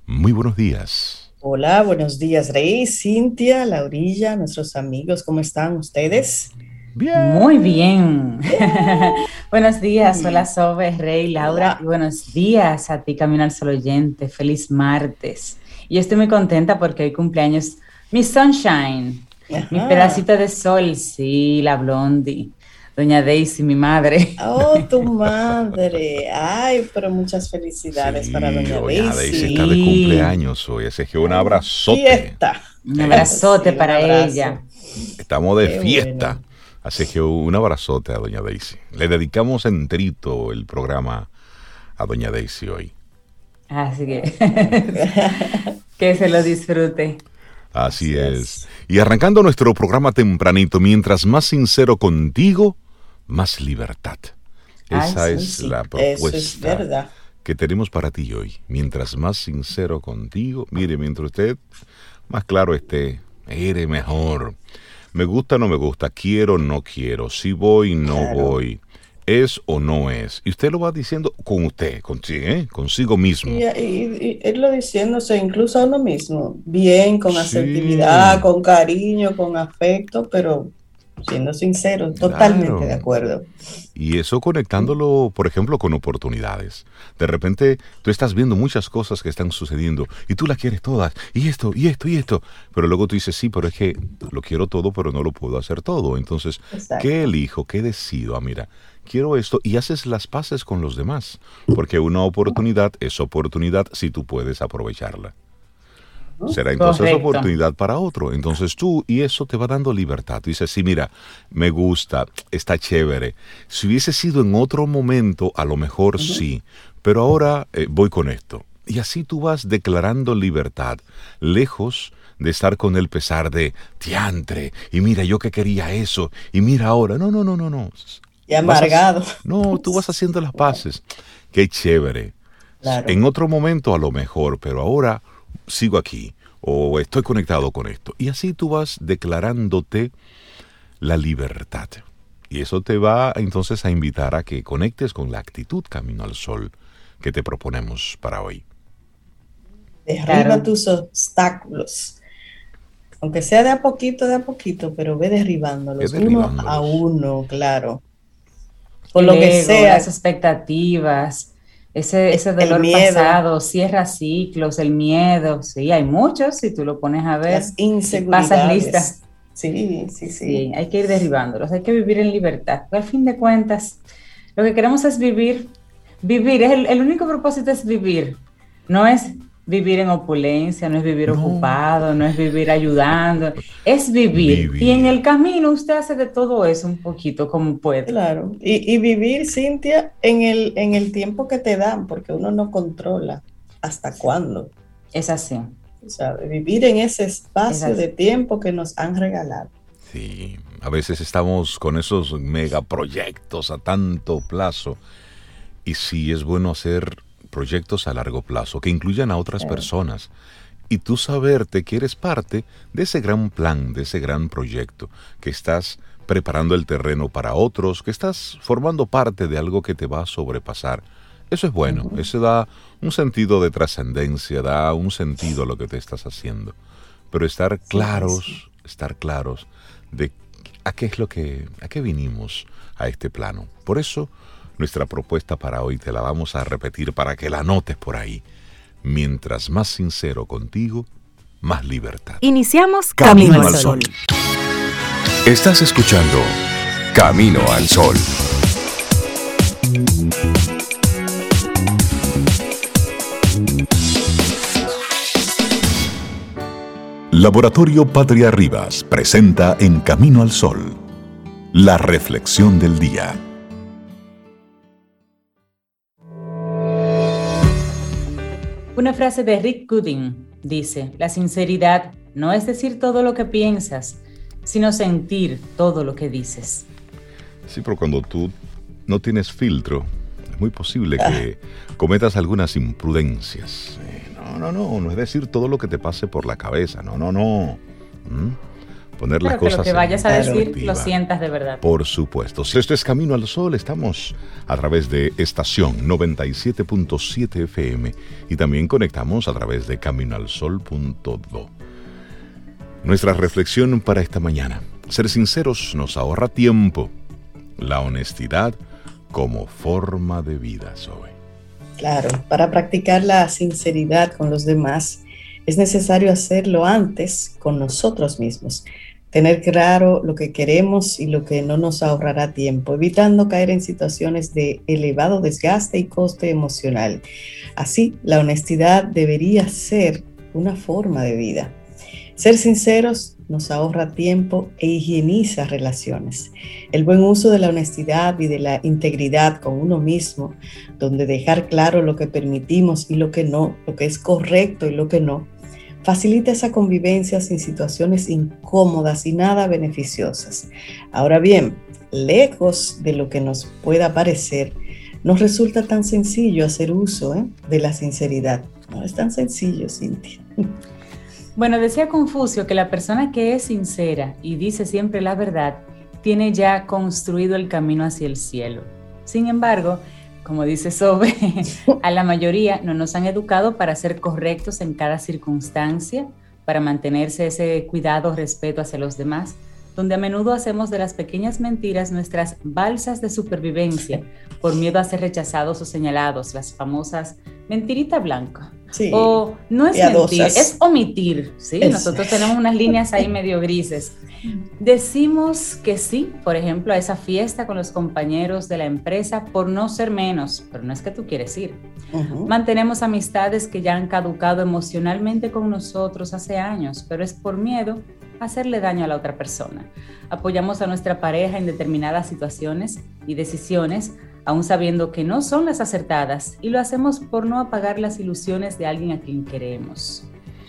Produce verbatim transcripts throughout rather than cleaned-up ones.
Muy buenos días. Hola, buenos días, Rey, Cintia, Laurilla, nuestros amigos, ¿cómo están ustedes? Muy Bien. bien. Bien. Buenos días, hola Sobe, Rey, Laura, y Hola. buenos días a ti, Camino al Sol oyente. Feliz martes. Y yo estoy muy contenta porque hoy cumpleaños mi sunshine, mi Ajá. pedacito de sol, sí, la Blondie, doña Daisy, mi madre. Oh, tu madre. Ay, pero muchas felicidades para Sí, doña doña Daisy está de Daisy. Sí, cumpleaños hoy, así que un Ay, abrazote. fiesta. un Eso. abrazote Sí, un para abrazo. ella. Estamos de Qué fiesta. bueno. Así que un abrazote a doña Daisy. Le dedicamos enterito el programa a doña Daisy hoy. Así que Ah. que se lo disfrute. Así Así es. es. Y arrancando nuestro programa tempranito, mientras más sincero contigo, más libertad. Ay, Esa sí. Uy, es la sí, eso es propuesta verdad. que tenemos para ti hoy. Mientras más sincero contigo, mire, mientras usted más claro esté, mire mejor. Me gusta o no me gusta, quiero o no quiero, si voy o no Claro. voy, es o no es. Y usted lo va diciendo con usted, consigo, ¿eh? Consigo mismo. Y, y, y irlo diciéndose incluso a uno mismo, bien, con asertividad, Sí, con cariño, con afecto, pero siendo sincero, totalmente de claro. acuerdo. Y eso conectándolo, por ejemplo, con oportunidades. De repente tú estás viendo muchas cosas que están sucediendo y tú las quieres todas, y esto, y esto, y esto. Pero luego tú dices, sí, pero es que lo quiero todo, pero no lo puedo hacer todo. Entonces, ¿qué Exacto. elijo? ¿Qué decido? Ah, mira, quiero esto y haces las paces con los demás. Porque una oportunidad es oportunidad si tú puedes aprovecharla. Ujú. Será entonces Correcto. oportunidad para otro. Entonces tú, y eso te va dando libertad. Tú dices, sí, mira, me gusta, está chévere. Si hubiese sido en otro momento, a lo mejor Ujú. sí, pero ahora eh, voy con esto. Y así tú vas declarando libertad, lejos de estar con el pesar de diantre, y mira, yo que quería eso, y mira ahora. No, no, no, no, no. Y Vas a, amargado. no, tú vas haciendo las Wow, paces. Qué chévere. claro. En otro momento a lo mejor, pero ahora sigo aquí o estoy conectado con esto. Y así tú vas declarándote la libertad. Y eso te va entonces a invitar a que conectes con la actitud Camino al Sol que te proponemos para hoy. Derriba Claro. tus obstáculos, aunque sea de a poquito, de a poquito, pero ve Es derribándolos uno a derribándolos. uno, claro. Por El lo que ego, las sea, expectativas, ese, e- ese el dolor miedo, pasado, cierra ciclos, el miedo, sí, hay muchos, si tú lo pones a ver las y pasas lista, inseguridades. Sí, sí, sí. sí, hay que ir derribándolos, hay que vivir en libertad, porque al fin de cuentas, lo que queremos es vivir, vivir, es el, el único propósito es vivir, no es vivir en opulencia, no es vivir No, ocupado, no es vivir ayudando, es vivir, y en vivir. el camino usted hace de todo eso un poquito como puede, Claro, y, y vivir, Cintia, en el, en el tiempo que te dan, porque uno no controla hasta cuándo, es así, ¿sabes? Vivir en ese es espacio de así. tiempo que nos han regalado. Sí, a veces estamos con esos megaproyectos a tanto plazo. Y sí es bueno hacer proyectos a largo plazo que incluyan a otras Eh, personas. Y tú saberte que eres parte de ese gran plan, de ese gran proyecto, que estás preparando el terreno para otros, que estás formando parte de algo que te va a sobrepasar. Eso es bueno, ujú. eso da un sentido de trascendencia, da un sentido a lo que te estás haciendo. Pero estar Sí mismo. claros, estar claros de a qué es lo que, a qué vinimos a este plano. Por eso, nuestra propuesta para hoy te la vamos a repetir para que la anotes por ahí. Mientras más sincero contigo, más libertad. Iniciamos Camino Camino al al Sol. Sol. Estás escuchando Camino al Sol. Laboratorio Patria Rivas presenta En Camino al Sol, la reflexión del día. Una frase de Rick Gooding dice, la sinceridad no es decir todo lo que piensas, sino sentir todo lo que dices. Sí, pero cuando tú no tienes filtro, es muy posible que cometas algunas imprudencias. Eh, no, no, no, no es decir todo lo que te pase por la cabeza, no, no, no. ¿Mm? poner las Pero que cosas lo que vayas a en decir perspectiva. lo sientas de verdad. Por supuesto. Esto es Camino al Sol. Estamos a través de estación noventa y siete punto siete F M y también conectamos a través de camino al sol punto do. Nuestra reflexión para esta mañana. Ser sinceros nos ahorra tiempo. La honestidad como forma de vida, Zoe. Claro, para practicar la sinceridad con los demás es necesario hacerlo antes con nosotros mismos. Tener claro lo que queremos y lo que no nos ahorrará tiempo, evitando caer en situaciones de elevado desgaste y coste emocional. Así, la honestidad debería ser una forma de vida. Ser sinceros nos ahorra tiempo e higieniza relaciones. El buen uso de la honestidad y de la integridad con uno mismo, donde dejar claro lo que permitimos y lo que no, lo que es correcto y lo que no, facilita esa convivencia sin situaciones incómodas y nada beneficiosas. Ahora bien, lejos de lo que nos pueda parecer, no resulta tan sencillo hacer uso ¿eh? de la sinceridad. No es tan sencillo, Cintia. Bueno, decía Confucio que la persona que es sincera y dice siempre la verdad, tiene ya construido el camino hacia el cielo. Sin embargo, como dice Zoe, a la mayoría no nos han educado para ser correctos en cada circunstancia, para mantenerse ese cuidado, respeto hacia los demás, donde a menudo hacemos de las pequeñas mentiras nuestras balsas de supervivencia por miedo a ser rechazados o señalados, las famosas mentirita blanca. Sí, o no es piadosas. mentir, es omitir, ¿sí? Es. Nosotros tenemos unas líneas ahí medio grises. Decimos que sí, por ejemplo, a esa fiesta con los compañeros de la empresa por no ser menos, pero no es que tú quieres ir. Uh-huh. Mantenemos amistades que ya han caducado emocionalmente con nosotros hace años, pero es por miedo a hacerle daño a la otra persona. Apoyamos a nuestra pareja en determinadas situaciones y decisiones, aún sabiendo que no son las acertadas, y lo hacemos por no apagar las ilusiones de alguien a quien queremos.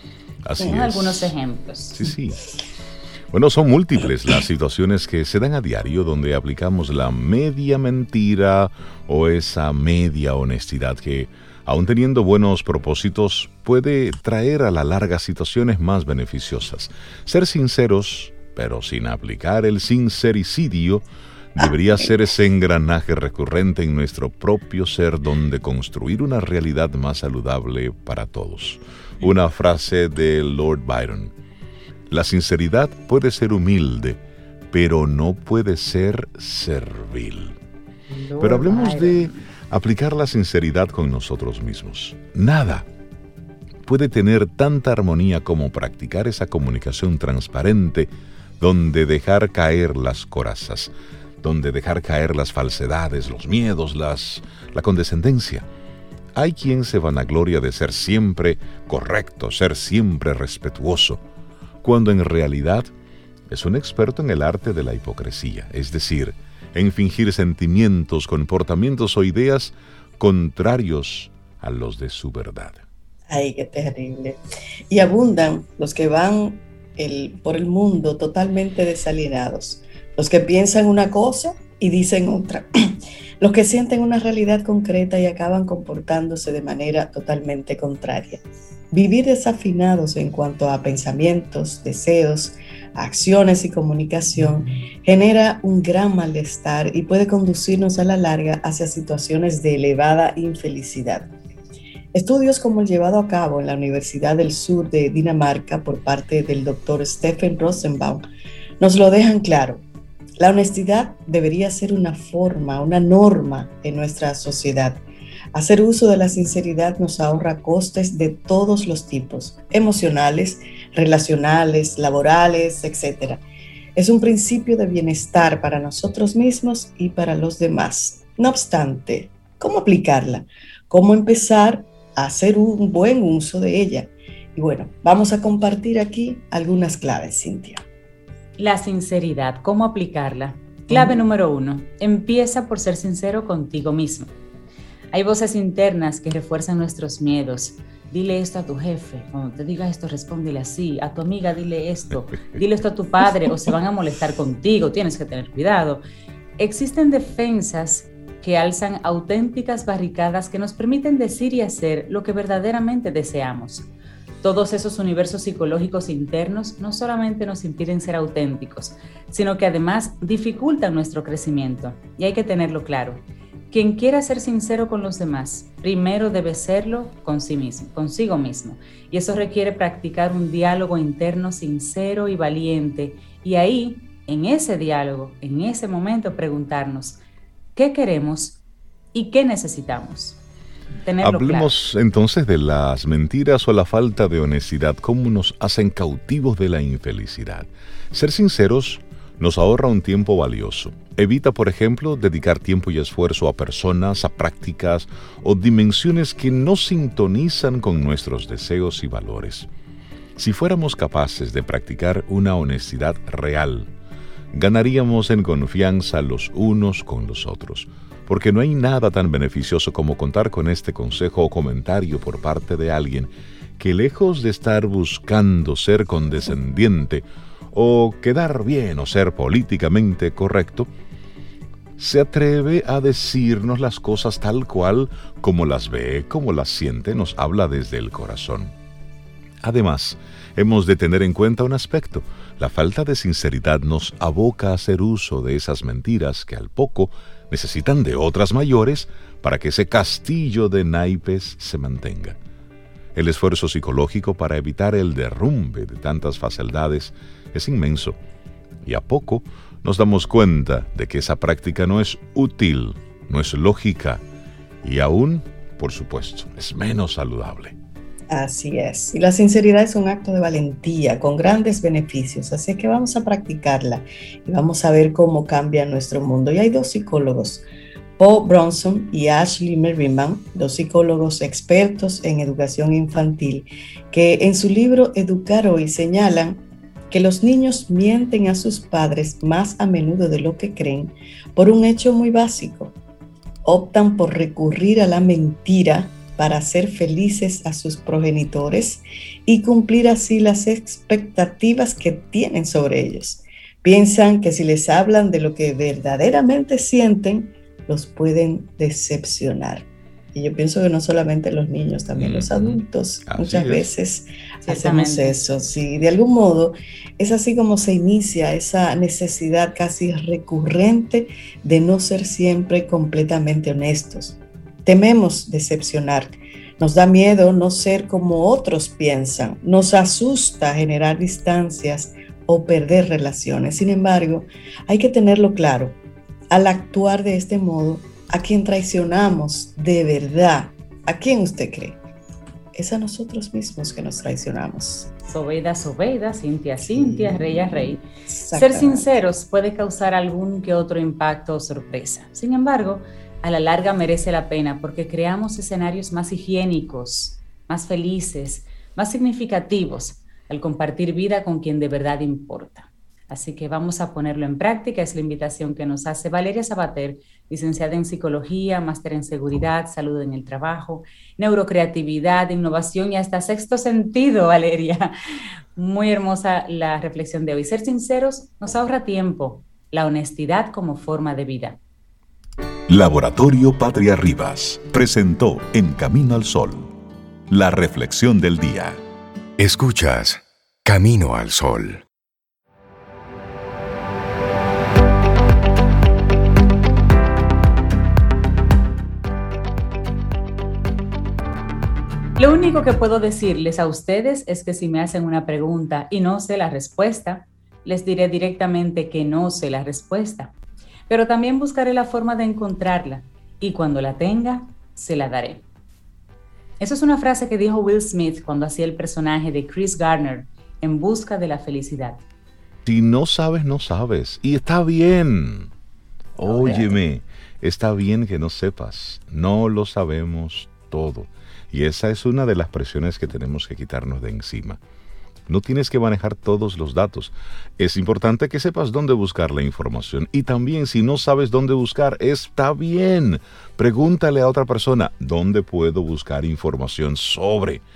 Así Tengo es. algunos ejemplos. Sí, sí. Bueno, son múltiples las situaciones que se dan a diario donde aplicamos la media mentira o esa media honestidad que, aun teniendo buenos propósitos, puede traer a la larga situaciones más beneficiosas. Ser sinceros, pero sin aplicar el sincericidio, debería ser ese engranaje recurrente en nuestro propio ser donde construir una realidad más saludable para todos. Una frase de Lord Byron. La sinceridad puede ser humilde, pero no puede ser servil. Lord Pero hablemos Byron. de aplicar la sinceridad con nosotros mismos. Nada puede tener tanta armonía como practicar esa comunicación transparente donde dejar caer las corazas, donde dejar caer las falsedades, los miedos, las, la condescendencia. Hay quien se vanagloria de ser siempre correcto, ser siempre respetuoso, cuando en realidad es un experto en el arte de la hipocresía, es decir, en fingir sentimientos, comportamientos o ideas contrarios a los de su verdad. Ay, qué terrible. Y abundan los que van el, por el mundo totalmente desalienados, los que piensan una cosa y dicen otra, los que sienten una realidad concreta y acaban comportándose de manera totalmente contraria. Vivir desafinados en cuanto a pensamientos, deseos, acciones y comunicación genera un gran malestar y puede conducirnos a la larga hacia situaciones de elevada infelicidad. Estudios como el llevado a cabo en la Universidad del Sur de Dinamarca por parte del doctor Stephen Rosenbaum nos lo dejan claro. La honestidad debería ser una forma, una norma en nuestra sociedad. Hacer uso de la sinceridad nos ahorra costes de todos los tipos, emocionales, relacionales, laborales, etcétera. Es un principio de bienestar para nosotros mismos y para los demás. No obstante, ¿cómo aplicarla? ¿Cómo empezar a hacer un buen uso de ella? Y bueno, vamos a compartir aquí algunas claves, Cintia. La sinceridad, ¿cómo aplicarla? Clave uh-huh. número uno, empieza por ser sincero contigo mismo. Hay voces internas que refuerzan nuestros miedos. Dile esto a tu jefe, cuando te diga esto, respóndele así. A tu amiga, dile esto. Dile esto a tu padre o se van a molestar contigo. Tienes que tener cuidado. Existen defensas que alzan auténticas barricadas que nos permiten decir y hacer lo que verdaderamente deseamos. Todos esos universos psicológicos internos no solamente nos impiden ser auténticos, sino que además dificultan nuestro crecimiento. Y hay que tenerlo claro. Quien quiera ser sincero con los demás, primero debe serlo con sí mismo, consigo mismo. Y eso requiere practicar un diálogo interno sincero y valiente. Y ahí, en ese diálogo, en ese momento, preguntarnos qué queremos y qué necesitamos. Tenerlo Hablemos claro. entonces de las mentiras o la falta de honestidad, cómo nos hacen cautivos de la infelicidad. Ser sinceros nos ahorra un tiempo valioso. Evita, por ejemplo, dedicar tiempo y esfuerzo a personas, a prácticas o dimensiones que no sintonizan con nuestros deseos y valores. Si fuéramos capaces de practicar una honestidad real, ganaríamos en confianza los unos con los otros, porque no hay nada tan beneficioso como contar con este consejo o comentario por parte de alguien que, lejos de estar buscando ser condescendiente o quedar bien o ser políticamente correcto, se atreve a decirnos las cosas tal cual, como las ve, como las siente, nos habla desde el corazón. Además, hemos de tener en cuenta un aspecto: la falta de sinceridad nos aboca a hacer uso de esas mentiras que al poco necesitan de otras mayores para que ese castillo de naipes se mantenga. El esfuerzo psicológico para evitar el derrumbe de tantas falsedades es inmenso, y a poco nos damos cuenta de que esa práctica no es útil, no es lógica, y aún, por supuesto, es menos saludable. Así es. Y la sinceridad es un acto de valentía con grandes beneficios, así que vamos a practicarla y vamos a ver cómo cambia nuestro mundo. Y hay dos psicólogos, Paul Bronson y Ashley Merriman, dos psicólogos expertos en educación infantil, que en su libro Educar Hoy señalan que los niños mienten a sus padres más a menudo de lo que creen por un hecho muy básico. Optan por recurrir a la mentira para hacer felices a sus progenitores y cumplir así las expectativas que tienen sobre ellos. Piensan que si les hablan de lo que verdaderamente sienten, los pueden decepcionar. Y yo pienso que no solamente los niños, también mm-hmm. los adultos así muchas es. veces hacemos eso. Sí, de algún modo es así como se inicia esa necesidad casi recurrente de no ser siempre completamente honestos. Tememos decepcionar, nos da miedo no ser como otros piensan, nos asusta generar distancias o perder relaciones. Sin embargo, hay que tenerlo claro, al actuar de este modo, ¿a quién traicionamos de verdad? ¿A quién usted cree? Es a nosotros mismos que nos traicionamos. Sobeida, Sobeida, Cintia, Cintia, Rey a Rey. Ser sinceros puede causar algún que otro impacto o sorpresa. Sin embargo, a la larga merece la pena porque creamos escenarios más higiénicos, más felices, más significativos al compartir vida con quien de verdad importa. Así que vamos a ponerlo en práctica. Es la invitación que nos hace Valeria Sabater, licenciada en Psicología, máster en Seguridad, Salud en el Trabajo, Neurocreatividad, Innovación y hasta Sexto Sentido, Valeria. Muy hermosa la reflexión de hoy. Ser sinceros nos ahorra tiempo, la honestidad como forma de vida. Laboratorio Patria Rivas presentó En Camino al Sol, la reflexión del día. Escuchas Camino al Sol. Lo único que puedo decirles a ustedes es que si me hacen una pregunta y no sé la respuesta, les diré directamente que no sé la respuesta. Pero también buscaré la forma de encontrarla y cuando la tenga, se la daré. Eso es una frase que dijo Will Smith cuando hacía el personaje de Chris Gardner en Busca de la Felicidad. Si no sabes, no sabes. Y está bien. Óyeme, está bien que no sepas. No lo sabemos todo. Y esa es una de las presiones que tenemos que quitarnos de encima. No tienes que manejar todos los datos. Es importante que sepas dónde buscar la información. Y también, si no sabes dónde buscar, está bien. Pregúntale a otra persona, ¿dónde puedo buscar información sobre?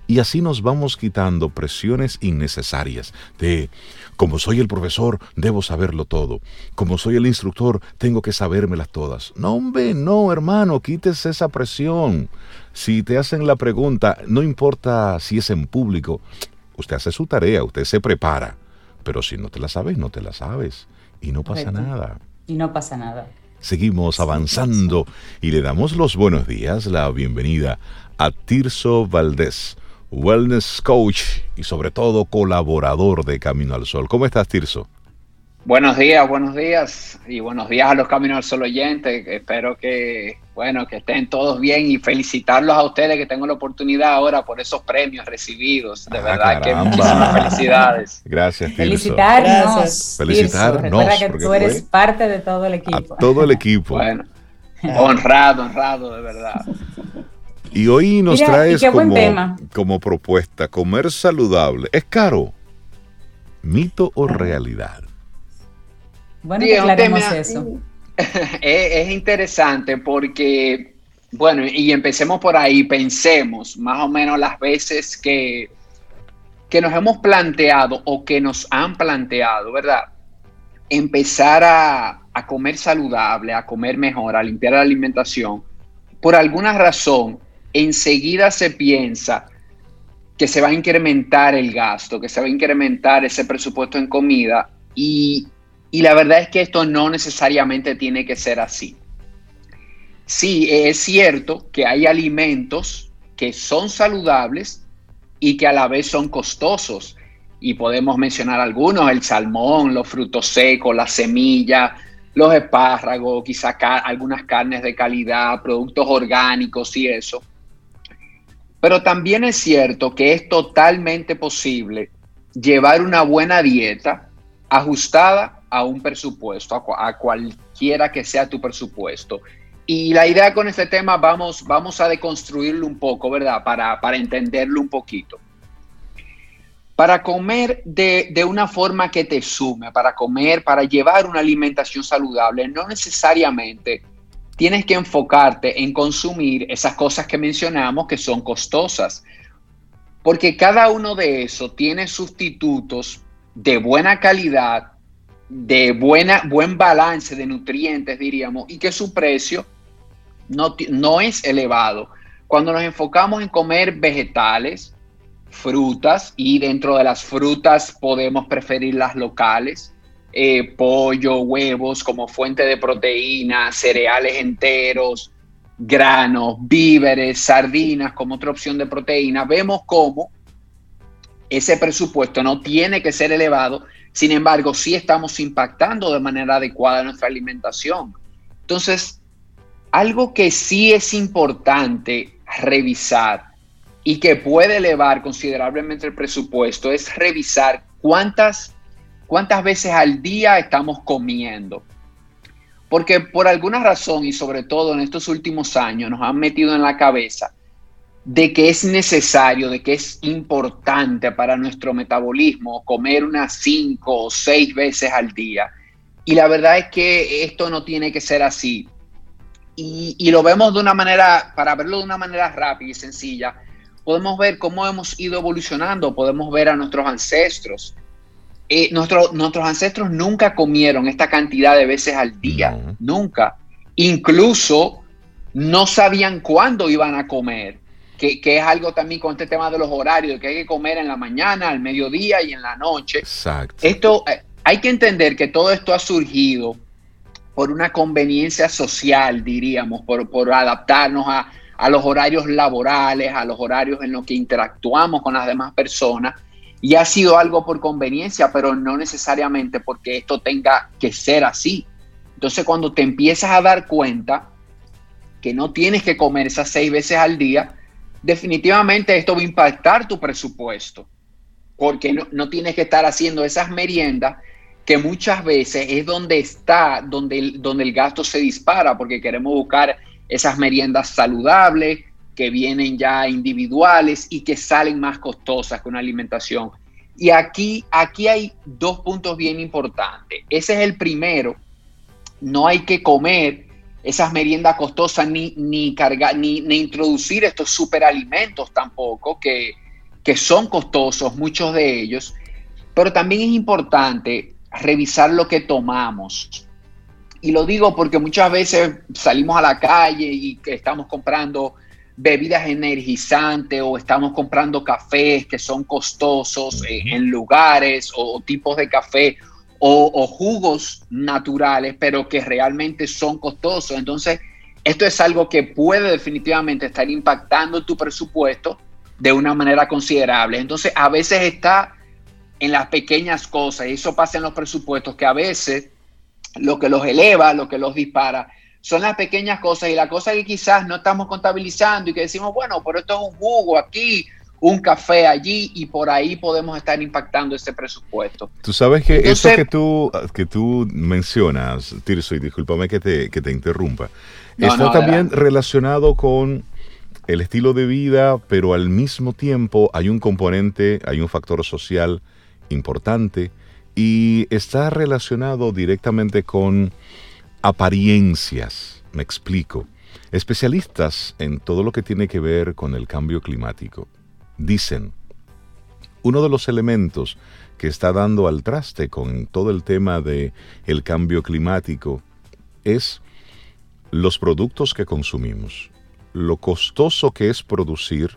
Y así nos vamos quitando presiones innecesarias de, como soy el profesor, debo saberlo todo. Como soy el instructor, tengo que sabérmelas todas. No, hombre, no, hermano, quítese esa presión. Si te hacen la pregunta, no importa si es en público, usted hace su tarea, usted se prepara. Pero si no te la sabes, no te la sabes. Y no pasa Correcto. nada. Y no pasa nada. Seguimos avanzando y le damos los buenos días, la bienvenida a Tirso Valdés, Wellness Coach y sobre todo colaborador de Camino al Sol. ¿Cómo estás, Tirso? Buenos días, buenos días y buenos días a los Camino al Sol oyentes. Espero que, bueno, que estén todos bien y felicitarlos a ustedes que tengo la oportunidad ahora por esos premios recibidos. De Ah, verdad caramba. que muchísimas felicidades. Gracias, Tirso. Felicitarnos. Gracias. Felicitarnos, Tirso. Recuerda que porque tú eres fue parte de todo el A equipo. todo el equipo. Bueno, honrado, honrado, de verdad. Y hoy nos Mira, traes y qué buen como, tema. como propuesta, comer saludable. ¿Es caro? ¿Mito o realidad? Bueno, Sí, que es un aclaremos tema- eso. Es, es interesante porque, bueno, y empecemos por ahí, pensemos más o menos las veces que, que nos hemos planteado o que nos han planteado, ¿verdad? Empezar a, a comer saludable, a comer mejor, a limpiar la alimentación. Por alguna razón, enseguida se piensa que se va a incrementar el gasto, que se va a incrementar ese presupuesto en comida y, y la verdad es que esto no necesariamente tiene que ser así. Sí, es cierto que hay alimentos que son saludables y que a la vez son costosos y podemos mencionar algunos, el salmón, los frutos secos, la semilla, los espárragos, quizá ca- algunas carnes de calidad, productos orgánicos y eso. Pero también es cierto que es totalmente posible llevar una buena dieta ajustada a un presupuesto, a, cua- a cualquiera que sea tu presupuesto. Y la idea con este tema, vamos, vamos a deconstruirlo un poco, ¿verdad? Para, para entenderlo un poquito. Para comer de, de una forma que te sume, para comer, para llevar una alimentación saludable, no necesariamente tienes que enfocarte en consumir esas cosas que mencionamos que son costosas, porque cada uno de esos tiene sustitutos de buena calidad, de buena, buen balance de nutrientes, diríamos, y que su precio no, ti- no es elevado. Cuando nos enfocamos en comer vegetales, frutas, y dentro de las frutas podemos preferir las locales, eh, pollo, huevos como fuente de proteína, cereales enteros, granos, víveres, sardinas como otra opción de proteína. Vemos cómo ese presupuesto no tiene que ser elevado, sin embargo, sí estamos impactando de manera adecuada nuestra alimentación. Entonces, algo que sí es importante revisar y que puede elevar considerablemente el presupuesto es revisar cuántas, cuántas veces al día estamos comiendo. Porque por alguna razón, y sobre todo en estos últimos años, nos han metido en la cabeza de que es necesario, de que es importante para nuestro metabolismo comer unas cinco o seis veces al día. Y la verdad es que esto no tiene que ser así. Y, y lo vemos de una manera, para verlo de una manera rápida y sencilla, podemos ver cómo hemos ido evolucionando, podemos ver a nuestros ancestros. Eh, nuestro, nuestros ancestros nunca comieron esta cantidad de veces al día, No. nunca. Incluso no sabían cuándo iban a comer, que, que es algo también con este tema de los horarios, de que hay que comer en la mañana, al mediodía y en la noche. Exacto. Esto, eh, hay que entender que todo esto ha surgido por una conveniencia social, diríamos, por, por adaptarnos a, a los horarios laborales, a los horarios en los que interactuamos con las demás personas, y ha sido algo por conveniencia, pero no necesariamente porque esto tenga que ser así. Entonces, cuando te empiezas a dar cuenta que no tienes que comer esas seis veces al día, definitivamente esto va a impactar tu presupuesto, porque no, no tienes que estar haciendo esas meriendas que muchas veces es donde está, donde el, donde el gasto se dispara, porque queremos buscar esas meriendas saludables que vienen ya individuales y que salen más costosas que una alimentación. Y aquí, aquí hay dos puntos bien importantes. Ese es el primero. No hay que comer esas meriendas costosas ni, ni, cargar, ni, ni introducir estos superalimentos tampoco que, que son costosos, muchos de ellos, pero también es importante revisar lo que tomamos. Y lo digo porque muchas veces salimos a la calle y que estamos comprando bebidas energizantes o estamos comprando cafés que son costosos eh, en lugares o, o tipos de café o, o jugos naturales, pero que realmente son costosos. Entonces, esto es algo que puede definitivamente estar impactando tu presupuesto de una manera considerable. Entonces, a veces está en las pequeñas cosas, y eso pasa en los presupuestos, que a veces lo que los eleva, lo que los dispara, son las pequeñas cosas y las cosas que quizás no estamos contabilizando y que decimos, bueno, pero esto es un jugo aquí, un café allí, y por ahí podemos estar impactando ese presupuesto. Tú sabes que Entonces, eso que tú, que tú mencionas, Tirso, y discúlpame que te, que te interrumpa, no, está no, también adelante. relacionado con el estilo de vida, pero al mismo tiempo hay un componente, hay un factor social importante y está relacionado directamente con apariencias. Me explico. Especialistas en todo lo que tiene que ver con el cambio climático dicen, uno de los elementos que está dando al traste con todo el tema de el cambio climático es los productos que consumimos, lo costoso que es producir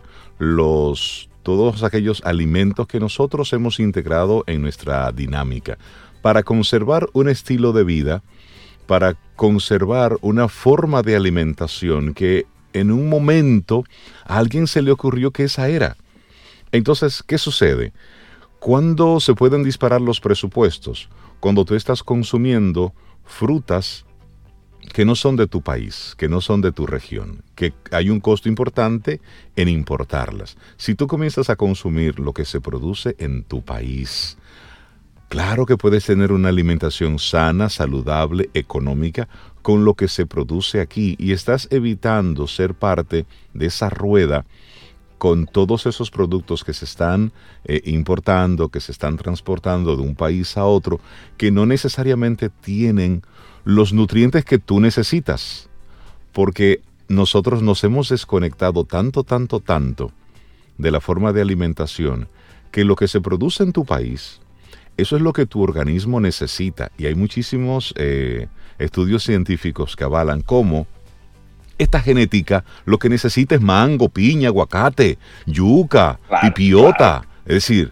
los todos aquellos alimentos que nosotros hemos integrado en nuestra dinámica para conservar un estilo de vida, para conservar una forma de alimentación que en un momento a alguien se le ocurrió que esa era. Entonces, ¿qué sucede? ¿Cuándo se pueden disparar los presupuestos? Cuando tú estás consumiendo frutas que no son de tu país, que no son de tu región, que hay un costo importante en importarlas. Si tú comienzas a consumir lo que se produce en tu país, claro que puedes tener una alimentación sana, saludable, económica, con lo que se produce aquí y estás evitando ser parte de esa rueda con todos esos productos que se están eh, importando, que se están transportando de un país a otro, que no necesariamente tienen los nutrientes que tú necesitas, porque nosotros nos hemos desconectado tanto, tanto, tanto de la forma de alimentación, que lo que se produce en tu país, eso es lo que tu organismo necesita. Y hay muchísimos eh, estudios científicos que avalan cómo esta genética lo que necesita es mango, piña, aguacate, yuca, claro, pipiota. Claro. Es decir,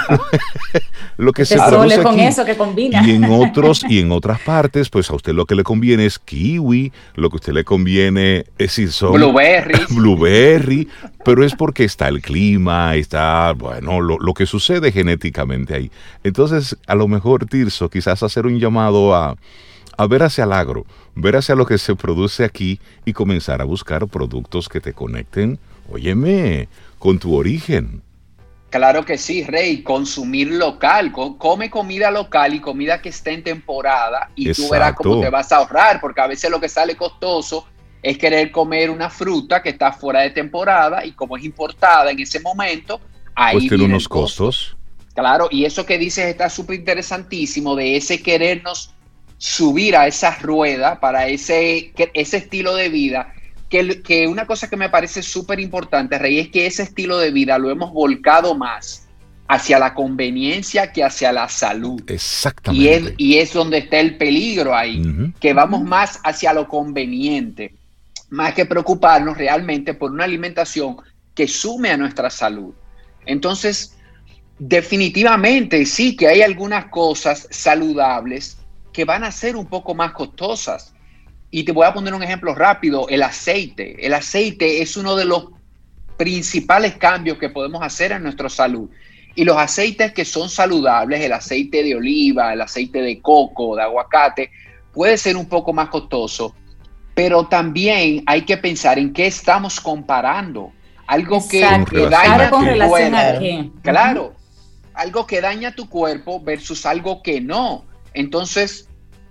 lo que Este se produce sole con aquí, eso que combina. y en otros y en otras partes, pues a usted lo que le conviene es kiwi, lo que a usted le conviene es decir, son Blueberries. blueberry, pero es porque está el clima, está, bueno, lo, lo que sucede genéticamente ahí. Entonces, a lo mejor, Tirso, quizás hacer un llamado a, a ver hacia el agro, ver hacia lo que se produce aquí y comenzar a buscar productos que te conecten, óyeme, con tu origen. Claro que sí, Rey, consumir local, come comida local y comida que esté en temporada y Exacto. Tú verás cómo te vas a ahorrar, porque a veces lo que sale costoso es querer comer una fruta que está fuera de temporada y como es importada en ese momento, ahí Pues tiene viene unos el costo. costos. Claro, y eso que dices está súper interesantísimo de ese querernos subir a esa rueda para ese, ese estilo de vida. Que, que una cosa que me parece súper importante, Rey, es que ese estilo de vida lo hemos volcado más hacia la conveniencia que hacia la salud. Exactamente. Y es, y es donde está el peligro ahí, Uh-huh. que vamos más hacia lo conveniente, más que preocuparnos realmente por una alimentación que sume a nuestra salud. Entonces, definitivamente sí que hay algunas cosas saludables que van a ser un poco más costosas. Y te voy a poner un ejemplo rápido, el aceite. El aceite es uno de los principales cambios que podemos hacer en nuestra salud. Y los aceites que son saludables, el aceite de oliva, el aceite de coco, de aguacate, puede ser un poco más costoso. Pero también hay que pensar en qué estamos comparando. Algo que, que daña Claro, con tu relación a cuerpo. qué. Claro, uh-huh. Algo que daña tu cuerpo versus algo que no. Entonces,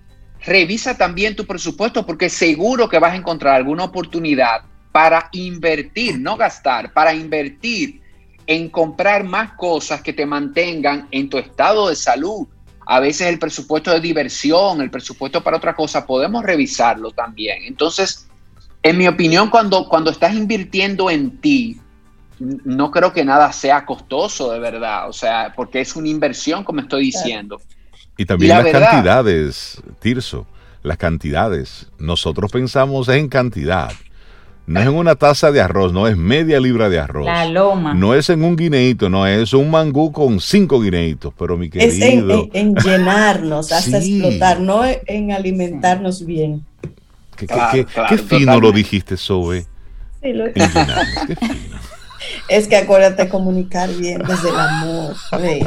revisa también tu presupuesto porque seguro que vas a encontrar alguna oportunidad para invertir, no gastar, para invertir en comprar más cosas que te mantengan en tu estado de salud. A veces el presupuesto de diversión, el presupuesto para otra cosa, podemos revisarlo también. Entonces, en mi opinión, cuando, cuando estás invirtiendo en ti, no creo que nada sea costoso de verdad, o sea, porque es una inversión, como estoy diciendo. Y también y las verdad, cantidades, Tirso, las cantidades. Nosotros pensamos en cantidad. No es en una taza de arroz, no es media libra de arroz. La loma. No es en un guineíto, no es un mangú con cinco guineitos, pero mi querido. Es en, en, en llenarnos hasta Sí. explotar, no en alimentarnos bien. Qué, Claro, qué- claro, qué fino totalmente. lo dijiste, Zoe. Sí, lo- En llenarnos, qué fino. es que acuérdate comunicar bien desde el amor. Rey.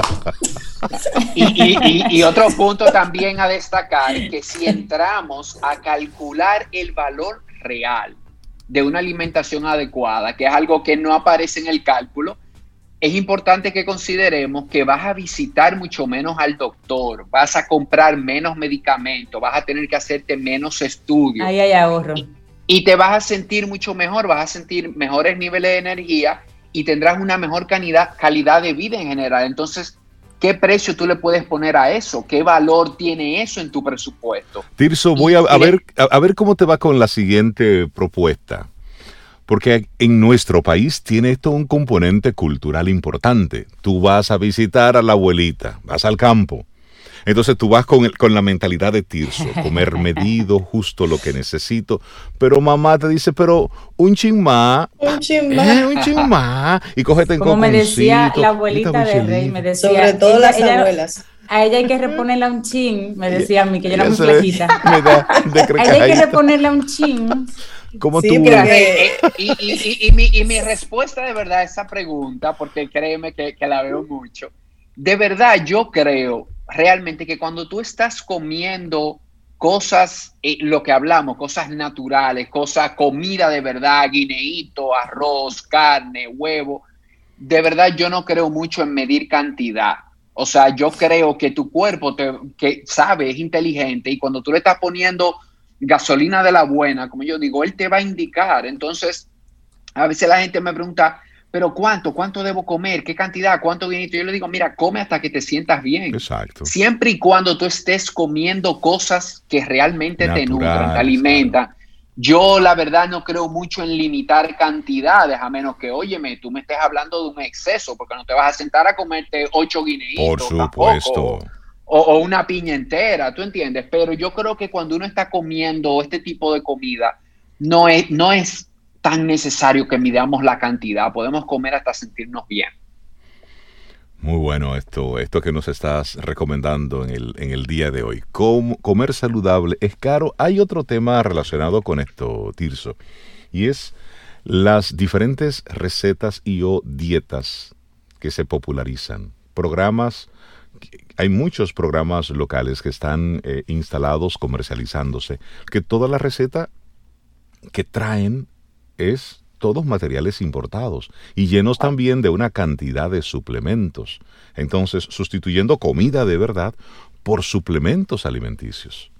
Y, y- y- y otro punto también a destacar, que si entramos a calcular el valor real de una alimentación adecuada, que es algo que no aparece en el cálculo, es importante que consideremos que vas a visitar mucho menos al doctor, vas a comprar menos medicamentos, vas a tener que hacerte menos estudios. Ahí hay ahorro. Y te vas a sentir mucho mejor, vas a sentir mejores niveles de energía y tendrás una mejor calidad, calidad de vida en general. Entonces, ¿qué precio tú le puedes poner a eso? ¿Qué valor tiene eso en tu presupuesto? Tirso, voy a, a ver, a, a ver cómo te va con la siguiente propuesta. Porque en nuestro país tiene esto un componente cultural importante. Tú vas a visitar a la abuelita, vas al campo. Entonces tú vas con, el, con la mentalidad de Tirso, comer medido, justo lo que necesito. Pero mamá te dice, pero un chin más, Un chin eh, más. un chin más, y cógete en Como me decía coconcito, la abuelita ahorita de voy Rey, chelito. me decía. Sobre todo ella- las ella- abuelas. A ella hay que reponerla un chin, me decía a mí, que yo era muy Eso es, flaquita. me da de A ella hay que crecajadito. reponerla un chin. ¿Cómo Sí, tú? pero- Eh, eh, y, y- y- y mi, y mi respuesta de verdad a esa pregunta, porque créeme que, que la veo mucho, de verdad yo creo realmente que cuando tú estás comiendo cosas, eh, lo que hablamos, cosas naturales, cosas, comida de verdad, guineíto, arroz, carne, huevo, de verdad yo no creo mucho en medir cantidad. O sea, yo creo que tu cuerpo te, que sabe, es inteligente, y cuando tú le estás poniendo gasolina de la buena, como yo digo, él te va a indicar. Entonces, a veces la gente me pregunta, pero ¿cuánto? ¿Cuánto debo comer? ¿Qué cantidad? ¿Cuánto bien? Yo le digo, mira, come hasta que te sientas bien. Exacto. Siempre y cuando tú estés comiendo cosas que realmente te nutren, te Naturales, alimentan. Yo, la verdad, no creo mucho en limitar cantidades, a menos que, óyeme, tú me estés hablando de un exceso, porque no te vas a sentar a comerte ocho guineitos. Por supuesto. Tampoco. O, o una piña entera, ¿tú entiendes? Pero yo creo que cuando uno está comiendo este tipo de comida, no es, no es tan necesario que midamos la cantidad. Podemos comer hasta sentirnos bien. Muy bueno esto, esto que nos estás recomendando en el, en el día de hoy. Com- comer saludable es caro. Hay otro tema relacionado con esto, Tirso, y es las diferentes recetas y o dietas que se popularizan. Programas, hay muchos programas locales que están eh, instalados, comercializándose, que toda la receta que traen es todos materiales importados y llenos también de una cantidad de suplementos. Entonces, sustituyendo comida de verdad por suplementos alimenticios.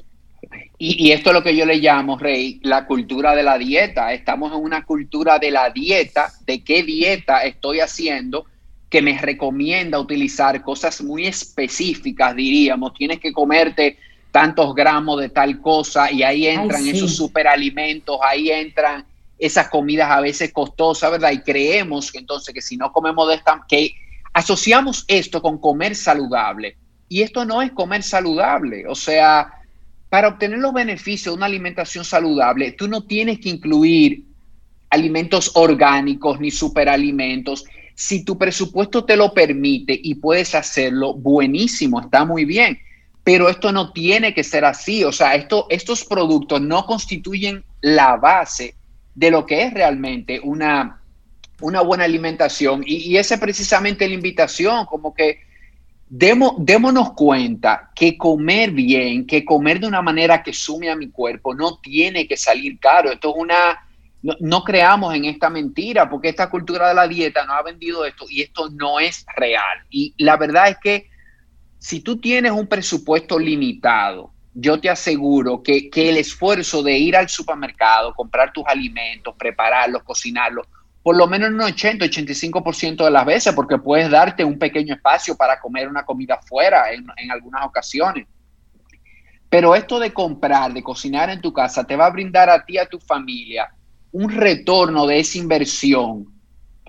Y, y esto es lo que yo le llamo, Rey, la cultura de la dieta. Estamos en una cultura de la dieta, de qué dieta estoy haciendo, que me recomienda utilizar cosas muy específicas, diríamos. Tienes que comerte tantos gramos de tal cosa, y ahí entran Ay, sí. esos superalimentos, ahí entran esas comidas a veces costosas, ¿verdad? Y creemos que entonces que si no comemos de esta, que asociamos esto con comer saludable. Y esto no es comer saludable. O sea, para obtener los beneficios de una alimentación saludable, tú no tienes que incluir alimentos orgánicos ni superalimentos. Si tu presupuesto te lo permite y puedes hacerlo, buenísimo, está muy bien. Pero esto no tiene que ser así. O sea, esto, estos productos no constituyen la base de lo que es realmente una, una buena alimentación. Y, y esa es precisamente la invitación, como que demo, démonos cuenta que comer bien, que comer de una manera que sume a mi cuerpo, no tiene que salir caro. Esto es una... No, no creamos en esta mentira, porque esta cultura de la dieta nos ha vendido esto y esto no es real. Y la verdad es que si tú tienes un presupuesto limitado, yo te aseguro que, que el esfuerzo de ir al supermercado, comprar tus alimentos, prepararlos, cocinarlos, por lo menos un ochenta, ochenta y cinco por ciento de las veces, porque puedes darte un pequeño espacio para comer una comida fuera en, en algunas ocasiones. Pero esto de comprar, de cocinar en tu casa, te va a brindar a ti y a tu familia un retorno de esa inversión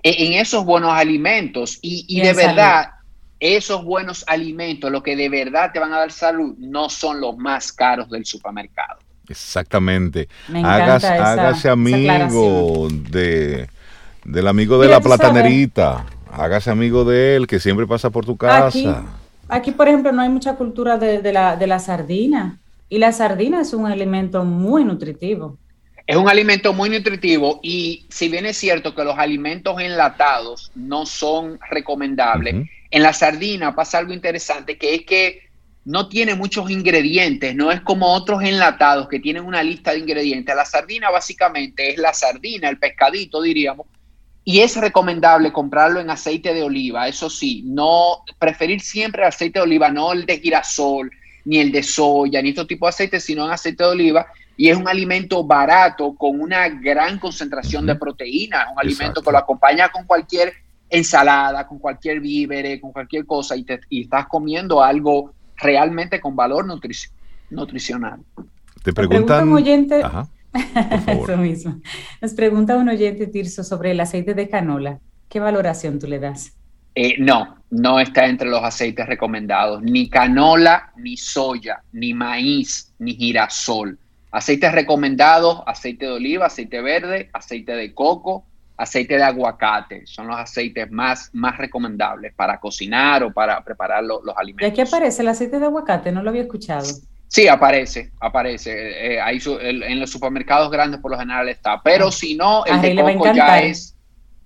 en esos buenos alimentos. Y, y de verdad, esos buenos alimentos, lo que de verdad te van a dar salud, no son los más caros del supermercado. Exactamente. Me encanta Hagas, esa, hágase amigo de, del amigo de Mira, la tú sabes, platanerita. Hágase amigo de él, que siempre pasa por tu casa. Aquí, aquí por ejemplo, no hay mucha cultura de, de, la, de la sardina. Y la sardina es un alimento muy nutritivo. Es un alimento muy nutritivo y si bien es cierto que los alimentos enlatados no son recomendables, uh-huh. en la sardina pasa algo interesante, que es que no tiene muchos ingredientes, no es como otros enlatados que tienen una lista de ingredientes. La sardina básicamente es la sardina, el pescadito diríamos, y es recomendable comprarlo en aceite de oliva. Eso sí, no preferir siempre el aceite de oliva, no el de girasol, ni el de soya, ni estos tipos de aceites, sino en aceite de oliva. Y es un alimento barato con una gran concentración uh-huh. de proteína. Es un alimento Exacto. que lo acompaña con cualquier ensalada, con cualquier víver, con cualquier cosa, y, te, y estás comiendo algo realmente con valor nutrici- nutricional. Te preguntan... pregunta un oyente... Ajá. Eso mismo. Nos pregunta un oyente, Tirso, sobre el aceite de canola. ¿Qué valoración tú le das? Eh, no, no está entre los aceites recomendados. Ni canola, ni soya, ni maíz, ni girasol. Aceites recomendados: aceite de oliva, aceite verde, aceite de coco, aceite de aguacate. Son los aceites más, más recomendables para cocinar o para preparar lo, los alimentos. ¿Y aquí aparece el aceite de aguacate? No lo había escuchado. Sí, aparece, aparece. Eh, ahí su, el, en los supermercados grandes por lo general está. Pero ah, si no, el de coco ya es...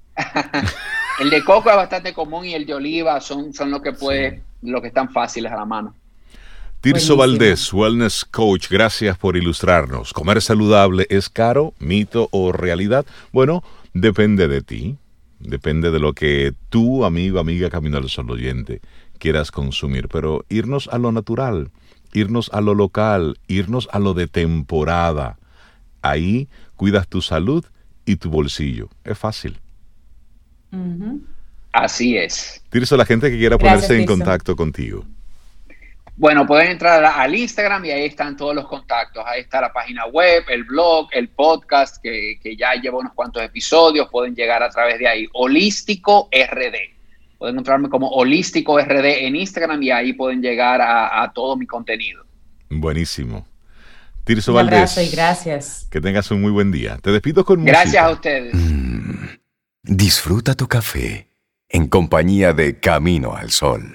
El de coco es bastante común y el de oliva son, son lo que puede, sí. lo que están fáciles a la mano. Tirso Valdés, Wellness Coach, gracias por ilustrarnos. ¿Comer saludable es caro, mito o realidad? Bueno, depende de ti. Depende de lo que tú, amigo, amiga, Camino al Sol oyente, quieras consumir. Pero irnos a lo natural, irnos a lo local, irnos a lo de temporada. Ahí cuidas tu salud y tu bolsillo. Es fácil. Uh-huh. Así es. Tirso, la gente que quiera Gracias, ponerse en Tirso. contacto contigo. Bueno, pueden entrar al Instagram y ahí están todos los contactos. Ahí está la página web, el blog, el podcast, que, que ya lleva unos cuantos episodios. Pueden llegar a través de ahí. Holístico R D. Pueden encontrarme como Holístico R D en Instagram y ahí pueden llegar a, a todo mi contenido. Buenísimo. Tirso Un Valdés. abrazo y gracias. Que tengas un muy buen día. Te despido con música. Gracias a ustedes. Mm, disfruta tu café en compañía de Camino al Sol.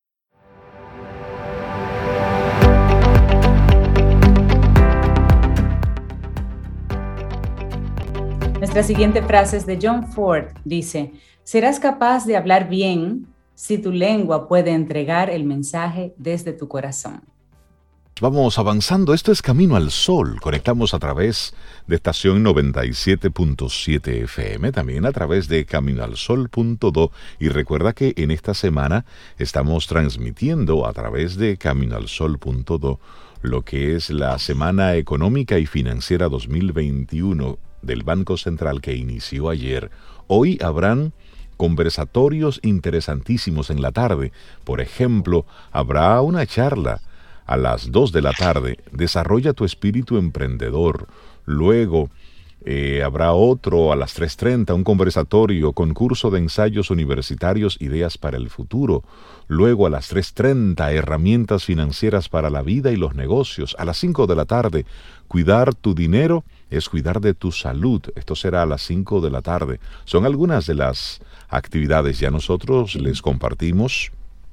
Nuestra siguiente frase es de John Ford. Dice: serás capaz de hablar bien si tu lengua puede entregar el mensaje desde tu corazón. Vamos avanzando. Esto es Camino al Sol. Conectamos a través de estación noventa y siete punto siete F M, también a través de camino al sol punto do. Y recuerda que en esta semana estamos transmitiendo a través de camino al sol punto do lo que es la Semana Económica y Financiera dos mil veintiuno del Banco Central, que inició ayer. Hoy habrán conversatorios interesantísimos en la tarde. Por ejemplo, habrá una charla a las dos de la tarde, Desarrolla tu espíritu emprendedor. Luego eh, habrá otro a las tres treinta, un conversatorio, concurso de ensayos universitarios, ideas para el futuro. Luego a las tres treinta, herramientas financieras para la vida y los negocios. A las cinco de la tarde, cuidar tu dinero es cuidar de tu salud. Esto será a las cinco de la tarde. Son algunas de las actividades. Ya nosotros les compartimos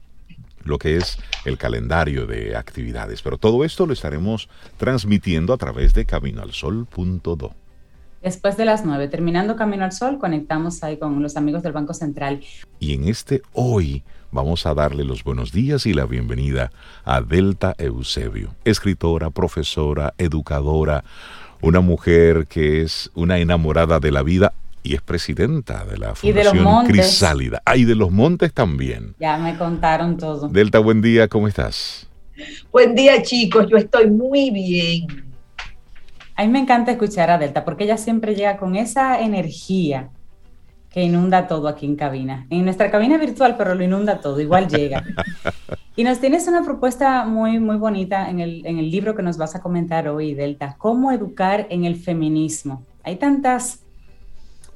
lo que es el calendario de actividades. Pero todo esto lo estaremos transmitiendo a través de camino al sol punto do. Después de las nueve, terminando Camino al Sol, conectamos ahí con los amigos del Banco Central. Y en este hoy vamos a darle los buenos días y la bienvenida a Delta Eusebio, escritora, profesora, educadora, una mujer que es una enamorada de la vida y es presidenta de la Fundación Crisálida. Ah, y de los Montes también. Ya me contaron todo. Delta, buen día, ¿cómo estás? Buen día, chicos, yo estoy muy bien. A mí me encanta escuchar a Delta porque ella siempre llega con esa energía que inunda todo aquí en cabina. En nuestra cabina virtual, pero lo inunda todo, igual llega. Y nos tienes una propuesta muy, muy bonita en el, en el libro que nos vas a comentar hoy, Delta. ¿Cómo educar en el feminismo? Hay tantas...